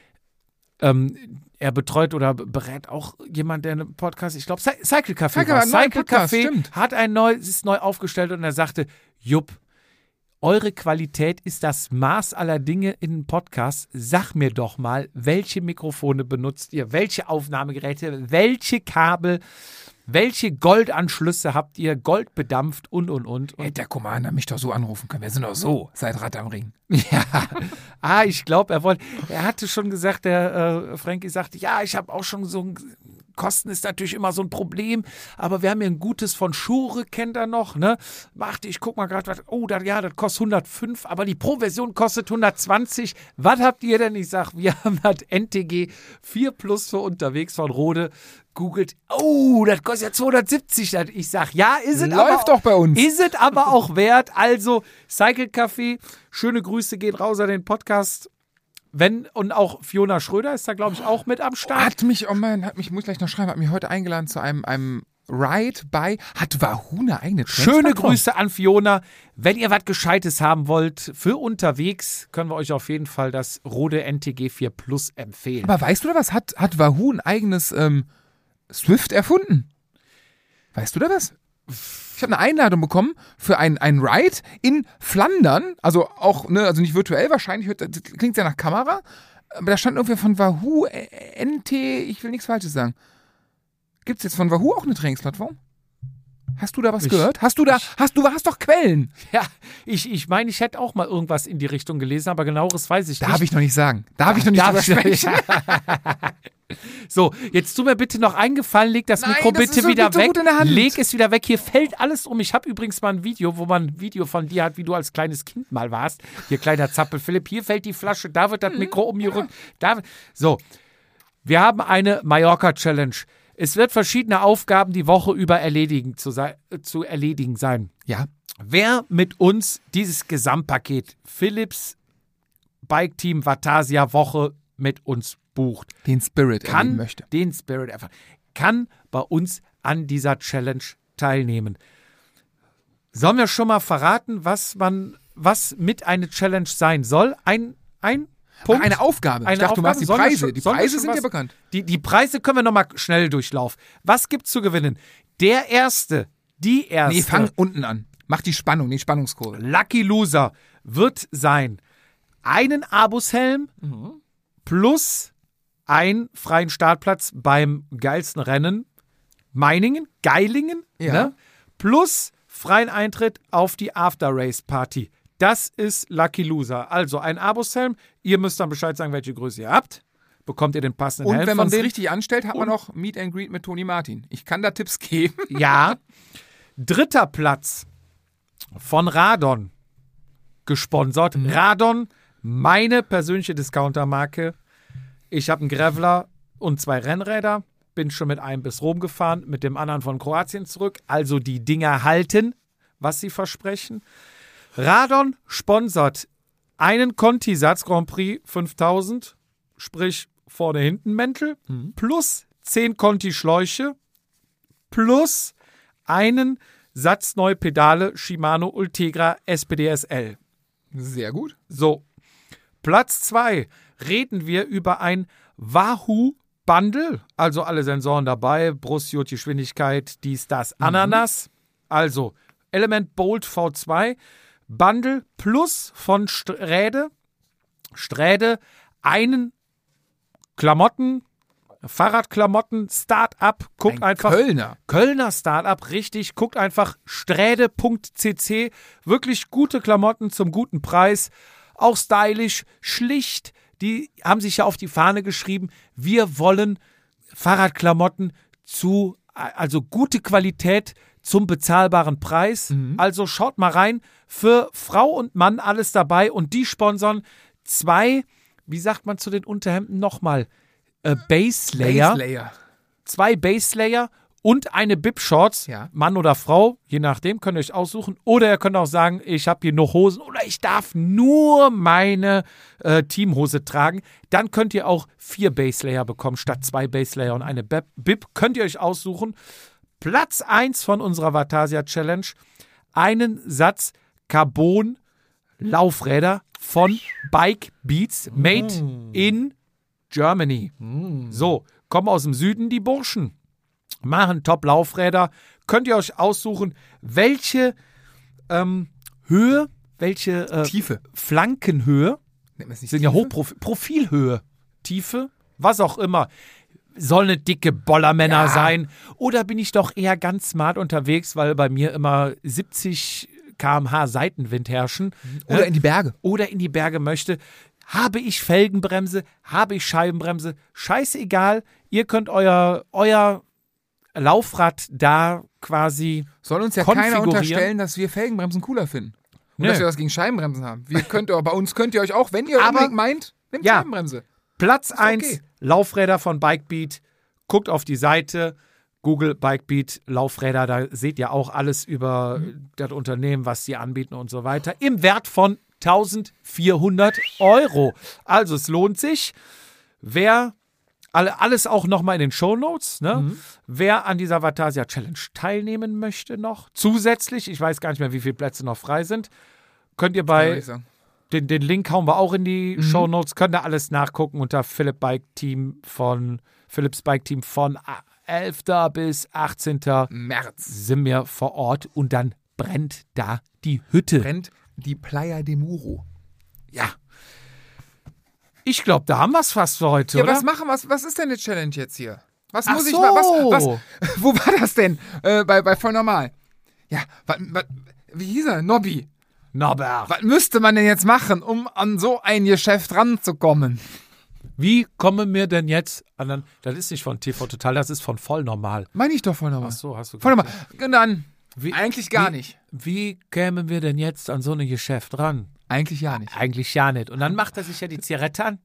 ähm, er betreut oder berät auch jemand, der einen Podcast, ich glaube, Cy- Cycle Café Cycle- war. einen neuen Cycle Podcast, Café stimmt. hat ein neu, ist neu aufgestellt und er sagte, Jupp, eure Qualität ist das Maß aller Dinge in einem Podcast. Sag mir doch mal, welche Mikrofone benutzt ihr, welche Aufnahmegeräte, welche Kabel, welche Goldanschlüsse habt ihr, Gold bedampft und, und, und. und Hätte der Commander mich doch so anrufen können. Wir sind doch so seit Rad am Ring. ja, ah, ich glaube, er wollte, er hatte schon gesagt, der äh, Frankie sagte, ja, ich habe auch schon so ein, Kosten ist natürlich immer so ein Problem, aber wir haben hier ein gutes von Schure, kennt er noch, ne? Machte, ich guck mal gerade, was, oh, da, ja, das kostet hundertfünf, aber die Pro-Version kostet hundertzwanzig. Was habt ihr denn? Ich sag, wir haben das N T G vier Plus für unterwegs von Rode. Googelt, oh, das kostet ja zweihundertsiebzig. Ich sag, ja, ist es aber Läuft doch bei uns. Ist es aber auch wert. Also, Cycle Café, schöne Grüße gehen raus an den Podcast. Wenn, und auch Fiona Schröder ist da, glaube ich, auch mit am Start. Hat mich, oh man, hat mich, muss ich gleich noch schreiben, hat mich heute eingeladen zu einem, einem Ride bei, hat Wahoo eine eigene Schöne Trends-Plattform? Grüße an Fiona. Wenn ihr was Gescheites haben wollt für unterwegs, können wir euch auf jeden Fall das Rode N T G vier Plus empfehlen. Aber weißt du da was? Hat, hat Wahoo ein eigenes ähm, Swift erfunden? Weißt du da was? Ich habe eine Einladung bekommen für einen Ride in Flandern, also auch, ne, also nicht virtuell wahrscheinlich, hört- das klingt ja nach Kamera, aber da stand irgendwie von Wahoo, äh, N T, ich will nichts Falsches sagen. Gibt es jetzt von Wahoo auch eine Trainingsplattform? Hast du da was Ich- gehört? Hast du da, hast du, hast doch Quellen. Ja, ich, ich meine, ich hätte auch mal irgendwas in die Richtung gelesen, aber genaueres weiß ich nicht. Darf ich noch nicht sagen. Darf ich noch nicht drüber sprechen. So, jetzt tu mir bitte noch einen Gefallen, leg das Nein, Mikro das ist bitte so- wieder liegt so weg. gut in der Hand. Leg es wieder weg. Hier fällt alles um. Ich habe übrigens mal ein Video, wo man ein Video von dir hat, wie du als kleines Kind mal warst. Hier, kleiner Zappel Philipp, hier fällt die Flasche, da wird das Mikro umgerückt. Da, so, wir haben eine Mallorca-Challenge. Es wird verschiedene Aufgaben die Woche über erledigen zu, sei, äh, zu erledigen sein. Ja. Wer mit uns dieses Gesamtpaket Philips Bike Team Vatasia Woche mit uns bucht, Den Spirit erleben kann möchte. den Spirit erfahren, kann bei uns an dieser Challenge teilnehmen. Sollen wir schon mal verraten, was man, was mit einer Challenge sein soll? Ein, ein Punkt. Eine Aufgabe. Eine ich dachte, du machst die Aufgabe? Sollen wir Preise. schon- die sollen wir Preise schon sind was- ja bekannt. Die, die Preise können wir nochmal schnell durchlaufen. Was gibt's zu gewinnen? Der Erste, die Erste. Nee, fang unten an. Mach die Spannung, die Spannungskurve. Lucky Loser wird sein einen Abushelm plus einen freien Startplatz beim geilsten Rennen Meiningen, Geilingen, Ja. ne? Plus freien Eintritt auf die After-Race-Party. Das ist Lucky Loser. Also ein Abushelm, ihr müsst dann Bescheid sagen, welche Größe ihr habt. Bekommt ihr den passenden Und Helm wenn man von es denen. richtig anstellt, hat man Und- noch Meet and Greet mit Toni Martin. Ich kann da Tipps geben. Ja. Dritter Platz von Radon gesponsert. Mhm. Radon, meine persönliche Discountermarke. Ich habe einen Graveler und zwei Rennräder. Bin schon mit einem bis Rom gefahren, mit dem anderen von Kroatien zurück. Also die Dinger halten, was sie versprechen. Radon sponsert einen Conti-Satz Grand Prix fünftausend, sprich vorne-hinten-Mäntel, mhm. plus zehn Conti-Schläuche, plus einen Satz neue Pedale Shimano Ultegra S P D S L. Sehr gut. So, Platz zwei reden wir über ein Wahoo Bundle, also alle Sensoren dabei, Brustjod, Geschwindigkeit, dies, das, mhm. Ananas, also Element Bolt V zwei, Bundle plus von Sträde, Sträde einen Klamotten, Fahrradklamotten, Start-up, guckt ein einfach. Kölner. Kölner Start-up, richtig, guckt einfach sträde Punkt c c, wirklich gute Klamotten zum guten Preis, auch stylisch, schlicht, die haben sich ja auf die Fahne geschrieben, wir wollen Fahrradklamotten zu, also gute Qualität zum bezahlbaren Preis. Mhm. Also schaut mal rein, für Frau und Mann alles dabei und die sponsern zwei, wie sagt man zu den Unterhemden nochmal, äh, Base Layer. Base Layer. Zwei Base Layer und eine Bib-Shorts, ja. Mann oder Frau, je nachdem, könnt ihr euch aussuchen. Oder ihr könnt auch sagen, ich habe hier nur Hosen oder ich darf nur meine äh, Teamhose tragen. Dann könnt ihr auch vier Base Layer bekommen, statt zwei Base Layer und eine Bib. Könnt ihr euch aussuchen. Platz eins von unserer Vatasia Challenge, einen Satz Carbon Laufräder von Bike Beats, made mm. in Germany. Mm. So, kommen aus dem Süden die Burschen, machen Top-Laufräder. Könnt ihr euch aussuchen, welche ähm, Höhe, welche äh, Tiefe, Flankenhöhe, nennt man es nicht sind Tiefe? Ja Hochprofilhöhe, Tiefe, was auch immer. Soll eine dicke Bollermänner ja. sein? Oder bin ich doch eher ganz smart unterwegs, weil bei mir immer siebzig Kilometer pro Stunde Seitenwind herrschen? Oder äh, in die Berge. Oder in die Berge möchte. Habe ich Felgenbremse? Habe ich Scheibenbremse? Scheißegal. Ihr könnt euer, euer Laufrad da quasi Soll uns ja keiner unterstellen, dass wir Felgenbremsen cooler finden. Und nee. dass wir was gegen Scheibenbremsen haben. Wir könnt, bei uns könnt ihr euch auch, wenn ihr Aber, unbedingt meint, nehmt ja, Scheibenbremse. Platz eins, okay. Laufräder von Bikebeat. Guckt auf die Seite, Google Bikebeat Laufräder, da seht ihr auch alles über mhm. das Unternehmen, was sie anbieten und so weiter. Im Wert von eintausendvierhundert Euro. Also es lohnt sich. Wer, alle, alles auch nochmal in den Shownotes, ne? Mhm. Wer an dieser Vatasia Challenge teilnehmen möchte noch, zusätzlich, ich weiß gar nicht mehr, wie viele Plätze noch frei sind, könnt ihr bei... Den, den Link hauen wir auch in die mhm. Shownotes. Könnt ihr alles nachgucken unter Philipp Bike Team von Philipps Bike Team von elften bis achtzehnten März sind wir vor Ort und dann brennt da die Hütte. Brennt die Playa de Muro. Ja. Ich glaube, da haben wir es fast für heute, ja, oder? was machen wir? Was ist denn eine Challenge jetzt hier? Was Ach muss so. ich mal? Was, was, wo war das denn? Äh, bei, bei Voll Normal. Ja, was, was, wie hieß er? Nobby. Norbert. Was müsste man denn jetzt machen, um an so ein Geschäft ranzukommen? Wie kommen wir denn jetzt an einen, das ist nicht von T V Total, das ist von Voll Normal. Meine ich doch Voll Normal. Ach so, hast du Voll Normal. Und dann, wie, eigentlich gar wie, nicht. Wie kämen wir denn jetzt an so ein Geschäft ran? Eigentlich ja nicht. Eigentlich ja nicht. Und dann macht er sich ja die Zigarette an.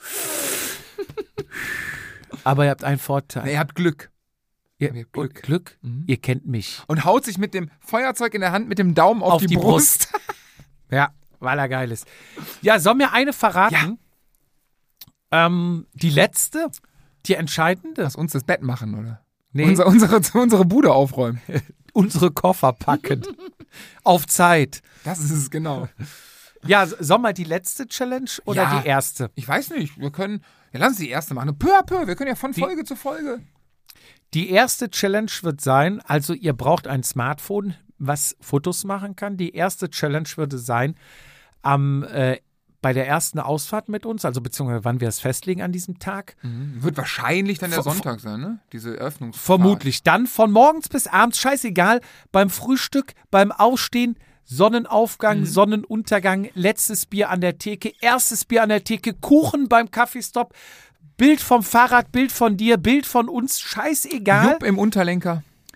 Aber ihr habt einen Vorteil. Nee, ihr habt Glück. Ihr, ihr Glück. Glück? Mhm. Ihr kennt mich. Und haut sich mit dem Feuerzeug in der Hand mit dem Daumen auf, auf die, die Brust. Brust. Ja, weil er geil ist. Ja, soll mir eine verraten? Ja. Ähm, die letzte, die entscheidende. Lass uns das Bett machen, oder? Nee. Unser, unsere, unsere Bude aufräumen. Unsere Koffer packen. Auf Zeit. Das ist es, genau. Ja, soll mal die letzte Challenge oder ja, die erste? Ich weiß nicht. Wir können, ja, lass uns die erste machen. Peu à peu. Wir können ja von die, Folge zu Folge. Die erste Challenge wird sein, also ihr braucht ein Smartphone, was Fotos machen kann. Die erste Challenge würde sein, am, äh, bei der ersten Ausfahrt mit uns, also beziehungsweise wann wir es festlegen an diesem Tag. Mhm. Wird wahrscheinlich dann der v- Sonntag sein, ne? Diese Eröffnungsfahrt. Vermutlich. Dann von morgens bis abends, scheißegal, beim Frühstück, beim Aufstehen, Sonnenaufgang, mhm. Sonnenuntergang, letztes Bier an der Theke, erstes Bier an der Theke, Kuchen beim Kaffeestopp, Bild vom Fahrrad, Bild von dir, Bild von uns, scheißegal. Jupp im Unterlenker.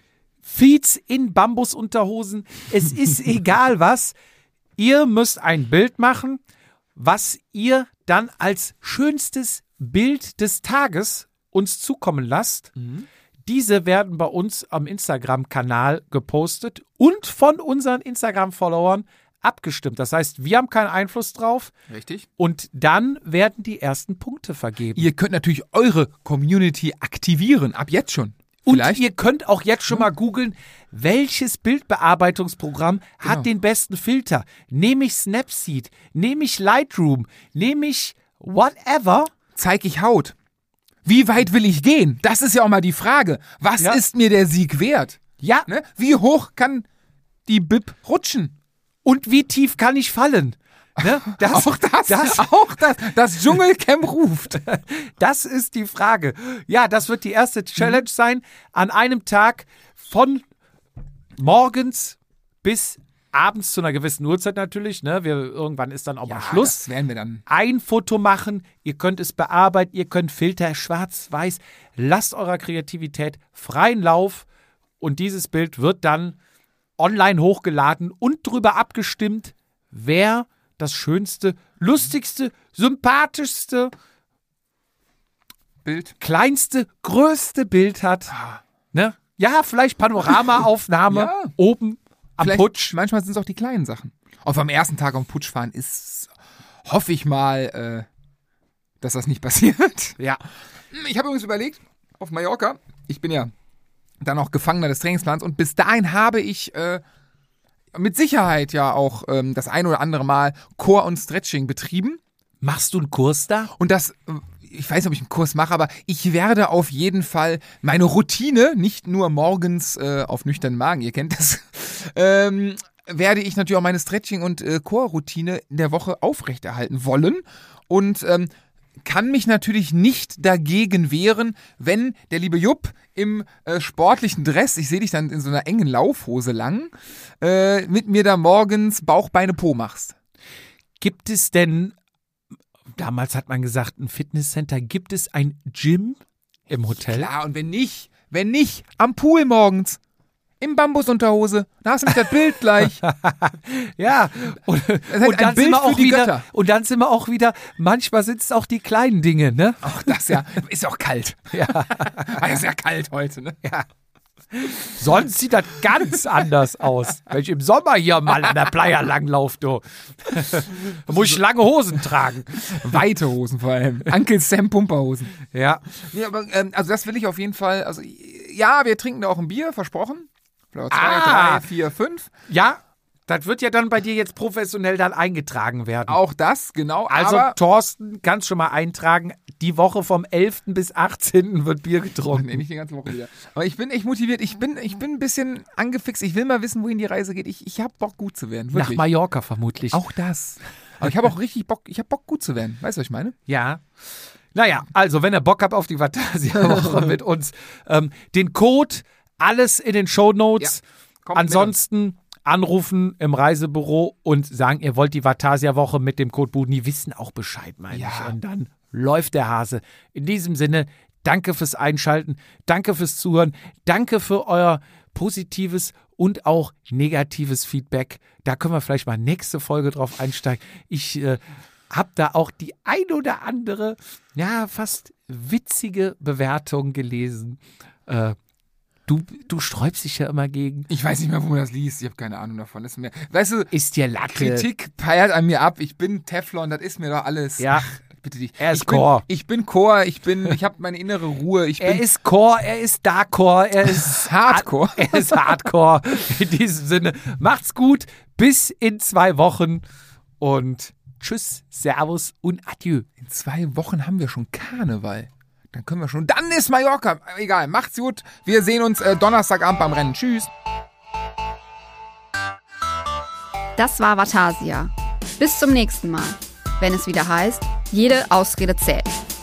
Feeds in Bambusunterhosen. Es ist egal was. Ihr müsst ein Bild machen, was ihr dann als schönstes Bild des Tages uns zukommen lasst. Mhm. Diese werden bei uns am Instagram-Kanal gepostet und von unseren Instagram-Followern abgestimmt. Das heißt, wir haben keinen Einfluss drauf. Richtig. Und dann werden die ersten Punkte vergeben. Ihr könnt natürlich eure Community aktivieren, ab jetzt schon. Vielleicht. Und ihr könnt auch jetzt schon mal googeln, welches Bildbearbeitungsprogramm hat Genau. den besten Filter. Nehme ich Snapseed, nehme ich Lightroom, nehme ich whatever. Zeig ich Haut. Wie weit will ich gehen? Das ist ja auch mal die Frage. Was Ja. ist mir der Sieg wert? Ja, Ne? Wie hoch kann die Bib rutschen? und wie tief kann ich fallen? Ne? Das, auch das, das, auch das. Das Dschungelcamp ruft. das ist die Frage. Ja, das wird die erste Challenge sein. An einem Tag von morgens bis abends zu einer gewissen Uhrzeit natürlich. Ne? Wir, irgendwann ist dann auch mal Schluss. Das werden wir dann. Ein Foto machen, ihr könnt es bearbeiten, ihr könnt Filter, schwarz, weiß. Lasst eurer Kreativität freien Lauf und dieses Bild wird dann online hochgeladen und drüber abgestimmt, wer das schönste, lustigste, sympathischste, Bild. kleinste, größte Bild hat. Ne? Ja, vielleicht Panoramaaufnahme Ja. oben am Vielleicht- Putsch. Manchmal sind es auch die kleinen Sachen. Auf am ersten Tag am Putsch fahren ist, hoffe ich mal, äh, dass das nicht passiert. Ja. Ich habe übrigens überlegt, auf Mallorca, ich bin ja dann auch Gefangener des Trainingsplans und bis dahin habe ich äh, mit Sicherheit ja auch ähm, das ein oder andere Mal Core und Stretching betrieben. Machst du einen Kurs da? Und das, äh, ich weiß nicht, ob ich einen Kurs mache, aber ich werde auf jeden Fall meine Routine, nicht nur morgens äh, auf nüchternen Magen, ihr kennt das, ähm, werde ich natürlich auch meine Stretching- und äh, Core-Routine in der Woche aufrechterhalten wollen. Und ähm, kann mich natürlich nicht dagegen wehren, wenn der liebe Jupp im äh, sportlichen Dress, ich sehe dich dann in so einer engen Laufhose lang, äh, mit mir da morgens Bauch, Beine, Po machst. Gibt es denn, damals hat man gesagt, ein Fitnesscenter, gibt es ein Gym im Hotel? Klar, und wenn nicht, wenn nicht, am Pool morgens, im Bambusunterhose, da hast du nicht das Bild gleich. Ja, und, halt und, ein dann Bild sind wir für auch die wieder, Götter. und dann sind wir auch wieder, manchmal sind es auch die kleinen Dinge, ne? Ach, das ja, ist auch kalt. Ja. War ja sehr kalt heute, ne? Ja. Sonst sieht das ganz anders aus. Wenn ich im Sommer hier mal an der Playa langlaufe, du. Da muss ich lange Hosen tragen. Weite Hosen vor allem. Uncle Sam Pumperhosen. Ja. Nee, aber, ähm, also das will ich auf jeden Fall, also ja, wir trinken da auch ein Bier, versprochen. Vielleicht zwei, Ah. drei, vier, fünf. Ja, das wird ja dann bei dir jetzt professionell dann eingetragen werden. Auch das, genau. Also aber Thorsten, kannst schon mal eintragen, die Woche vom elften bis achtzehnten wird Bier nee, getrunken. nicht die ganze Woche wieder. Aber ich bin echt motiviert. Ich bin, ich bin ein bisschen angefixt. Ich will mal wissen, wohin die Reise geht. Ich, ich habe Bock, gut zu werden. Nach Wirklich. Mallorca vermutlich. Auch das. Aber ich habe auch richtig Bock, ich habe Bock, gut zu werden. Weißt du, was ich meine? Ja. Naja, also wenn ihr Bock habt auf die Vatasia-Woche mit uns, ähm, den Code, alles in den Shownotes. Kommt Ansonsten anrufen im Reisebüro und sagen, ihr wollt die Vatasia-Woche mit dem Code Buden. Die wissen auch Bescheid, meine Ja. ich. Und dann läuft der Hase. In diesem Sinne, danke fürs Einschalten, danke fürs Zuhören, danke für euer positives und auch negatives Feedback. Da können wir vielleicht mal nächste Folge drauf einsteigen. Ich äh, habe da auch die ein oder andere, ja, fast witzige Bewertung gelesen. Äh, du, du sträubst dich ja immer gegen. Ich weiß nicht mehr, wo man das liest. Ich habe keine Ahnung davon. Das ist mir, weißt du, Ist dir Latte. Kritik peiert an mir ab. Ich bin Teflon, das ist mir doch alles. Ja. Ach, bitte dich. Er ist ich bin, Core. Ich bin Core, ich bin, ich habe meine innere Ruhe. Ich Er bin ist Core, er ist Darkcore, er ist Hardcore. Er ist Hardcore. In diesem Sinne, macht's gut, bis in zwei Wochen und tschüss, Servus und Adieu. In zwei Wochen haben wir schon Karneval. Dann können wir schon. Dann ist Mallorca. Egal, macht's gut. Wir sehen uns äh, Donnerstagabend beim Rennen. Tschüss. Das war Vatasia. Bis zum nächsten Mal, wenn es wieder heißt, jede Ausrede zählt.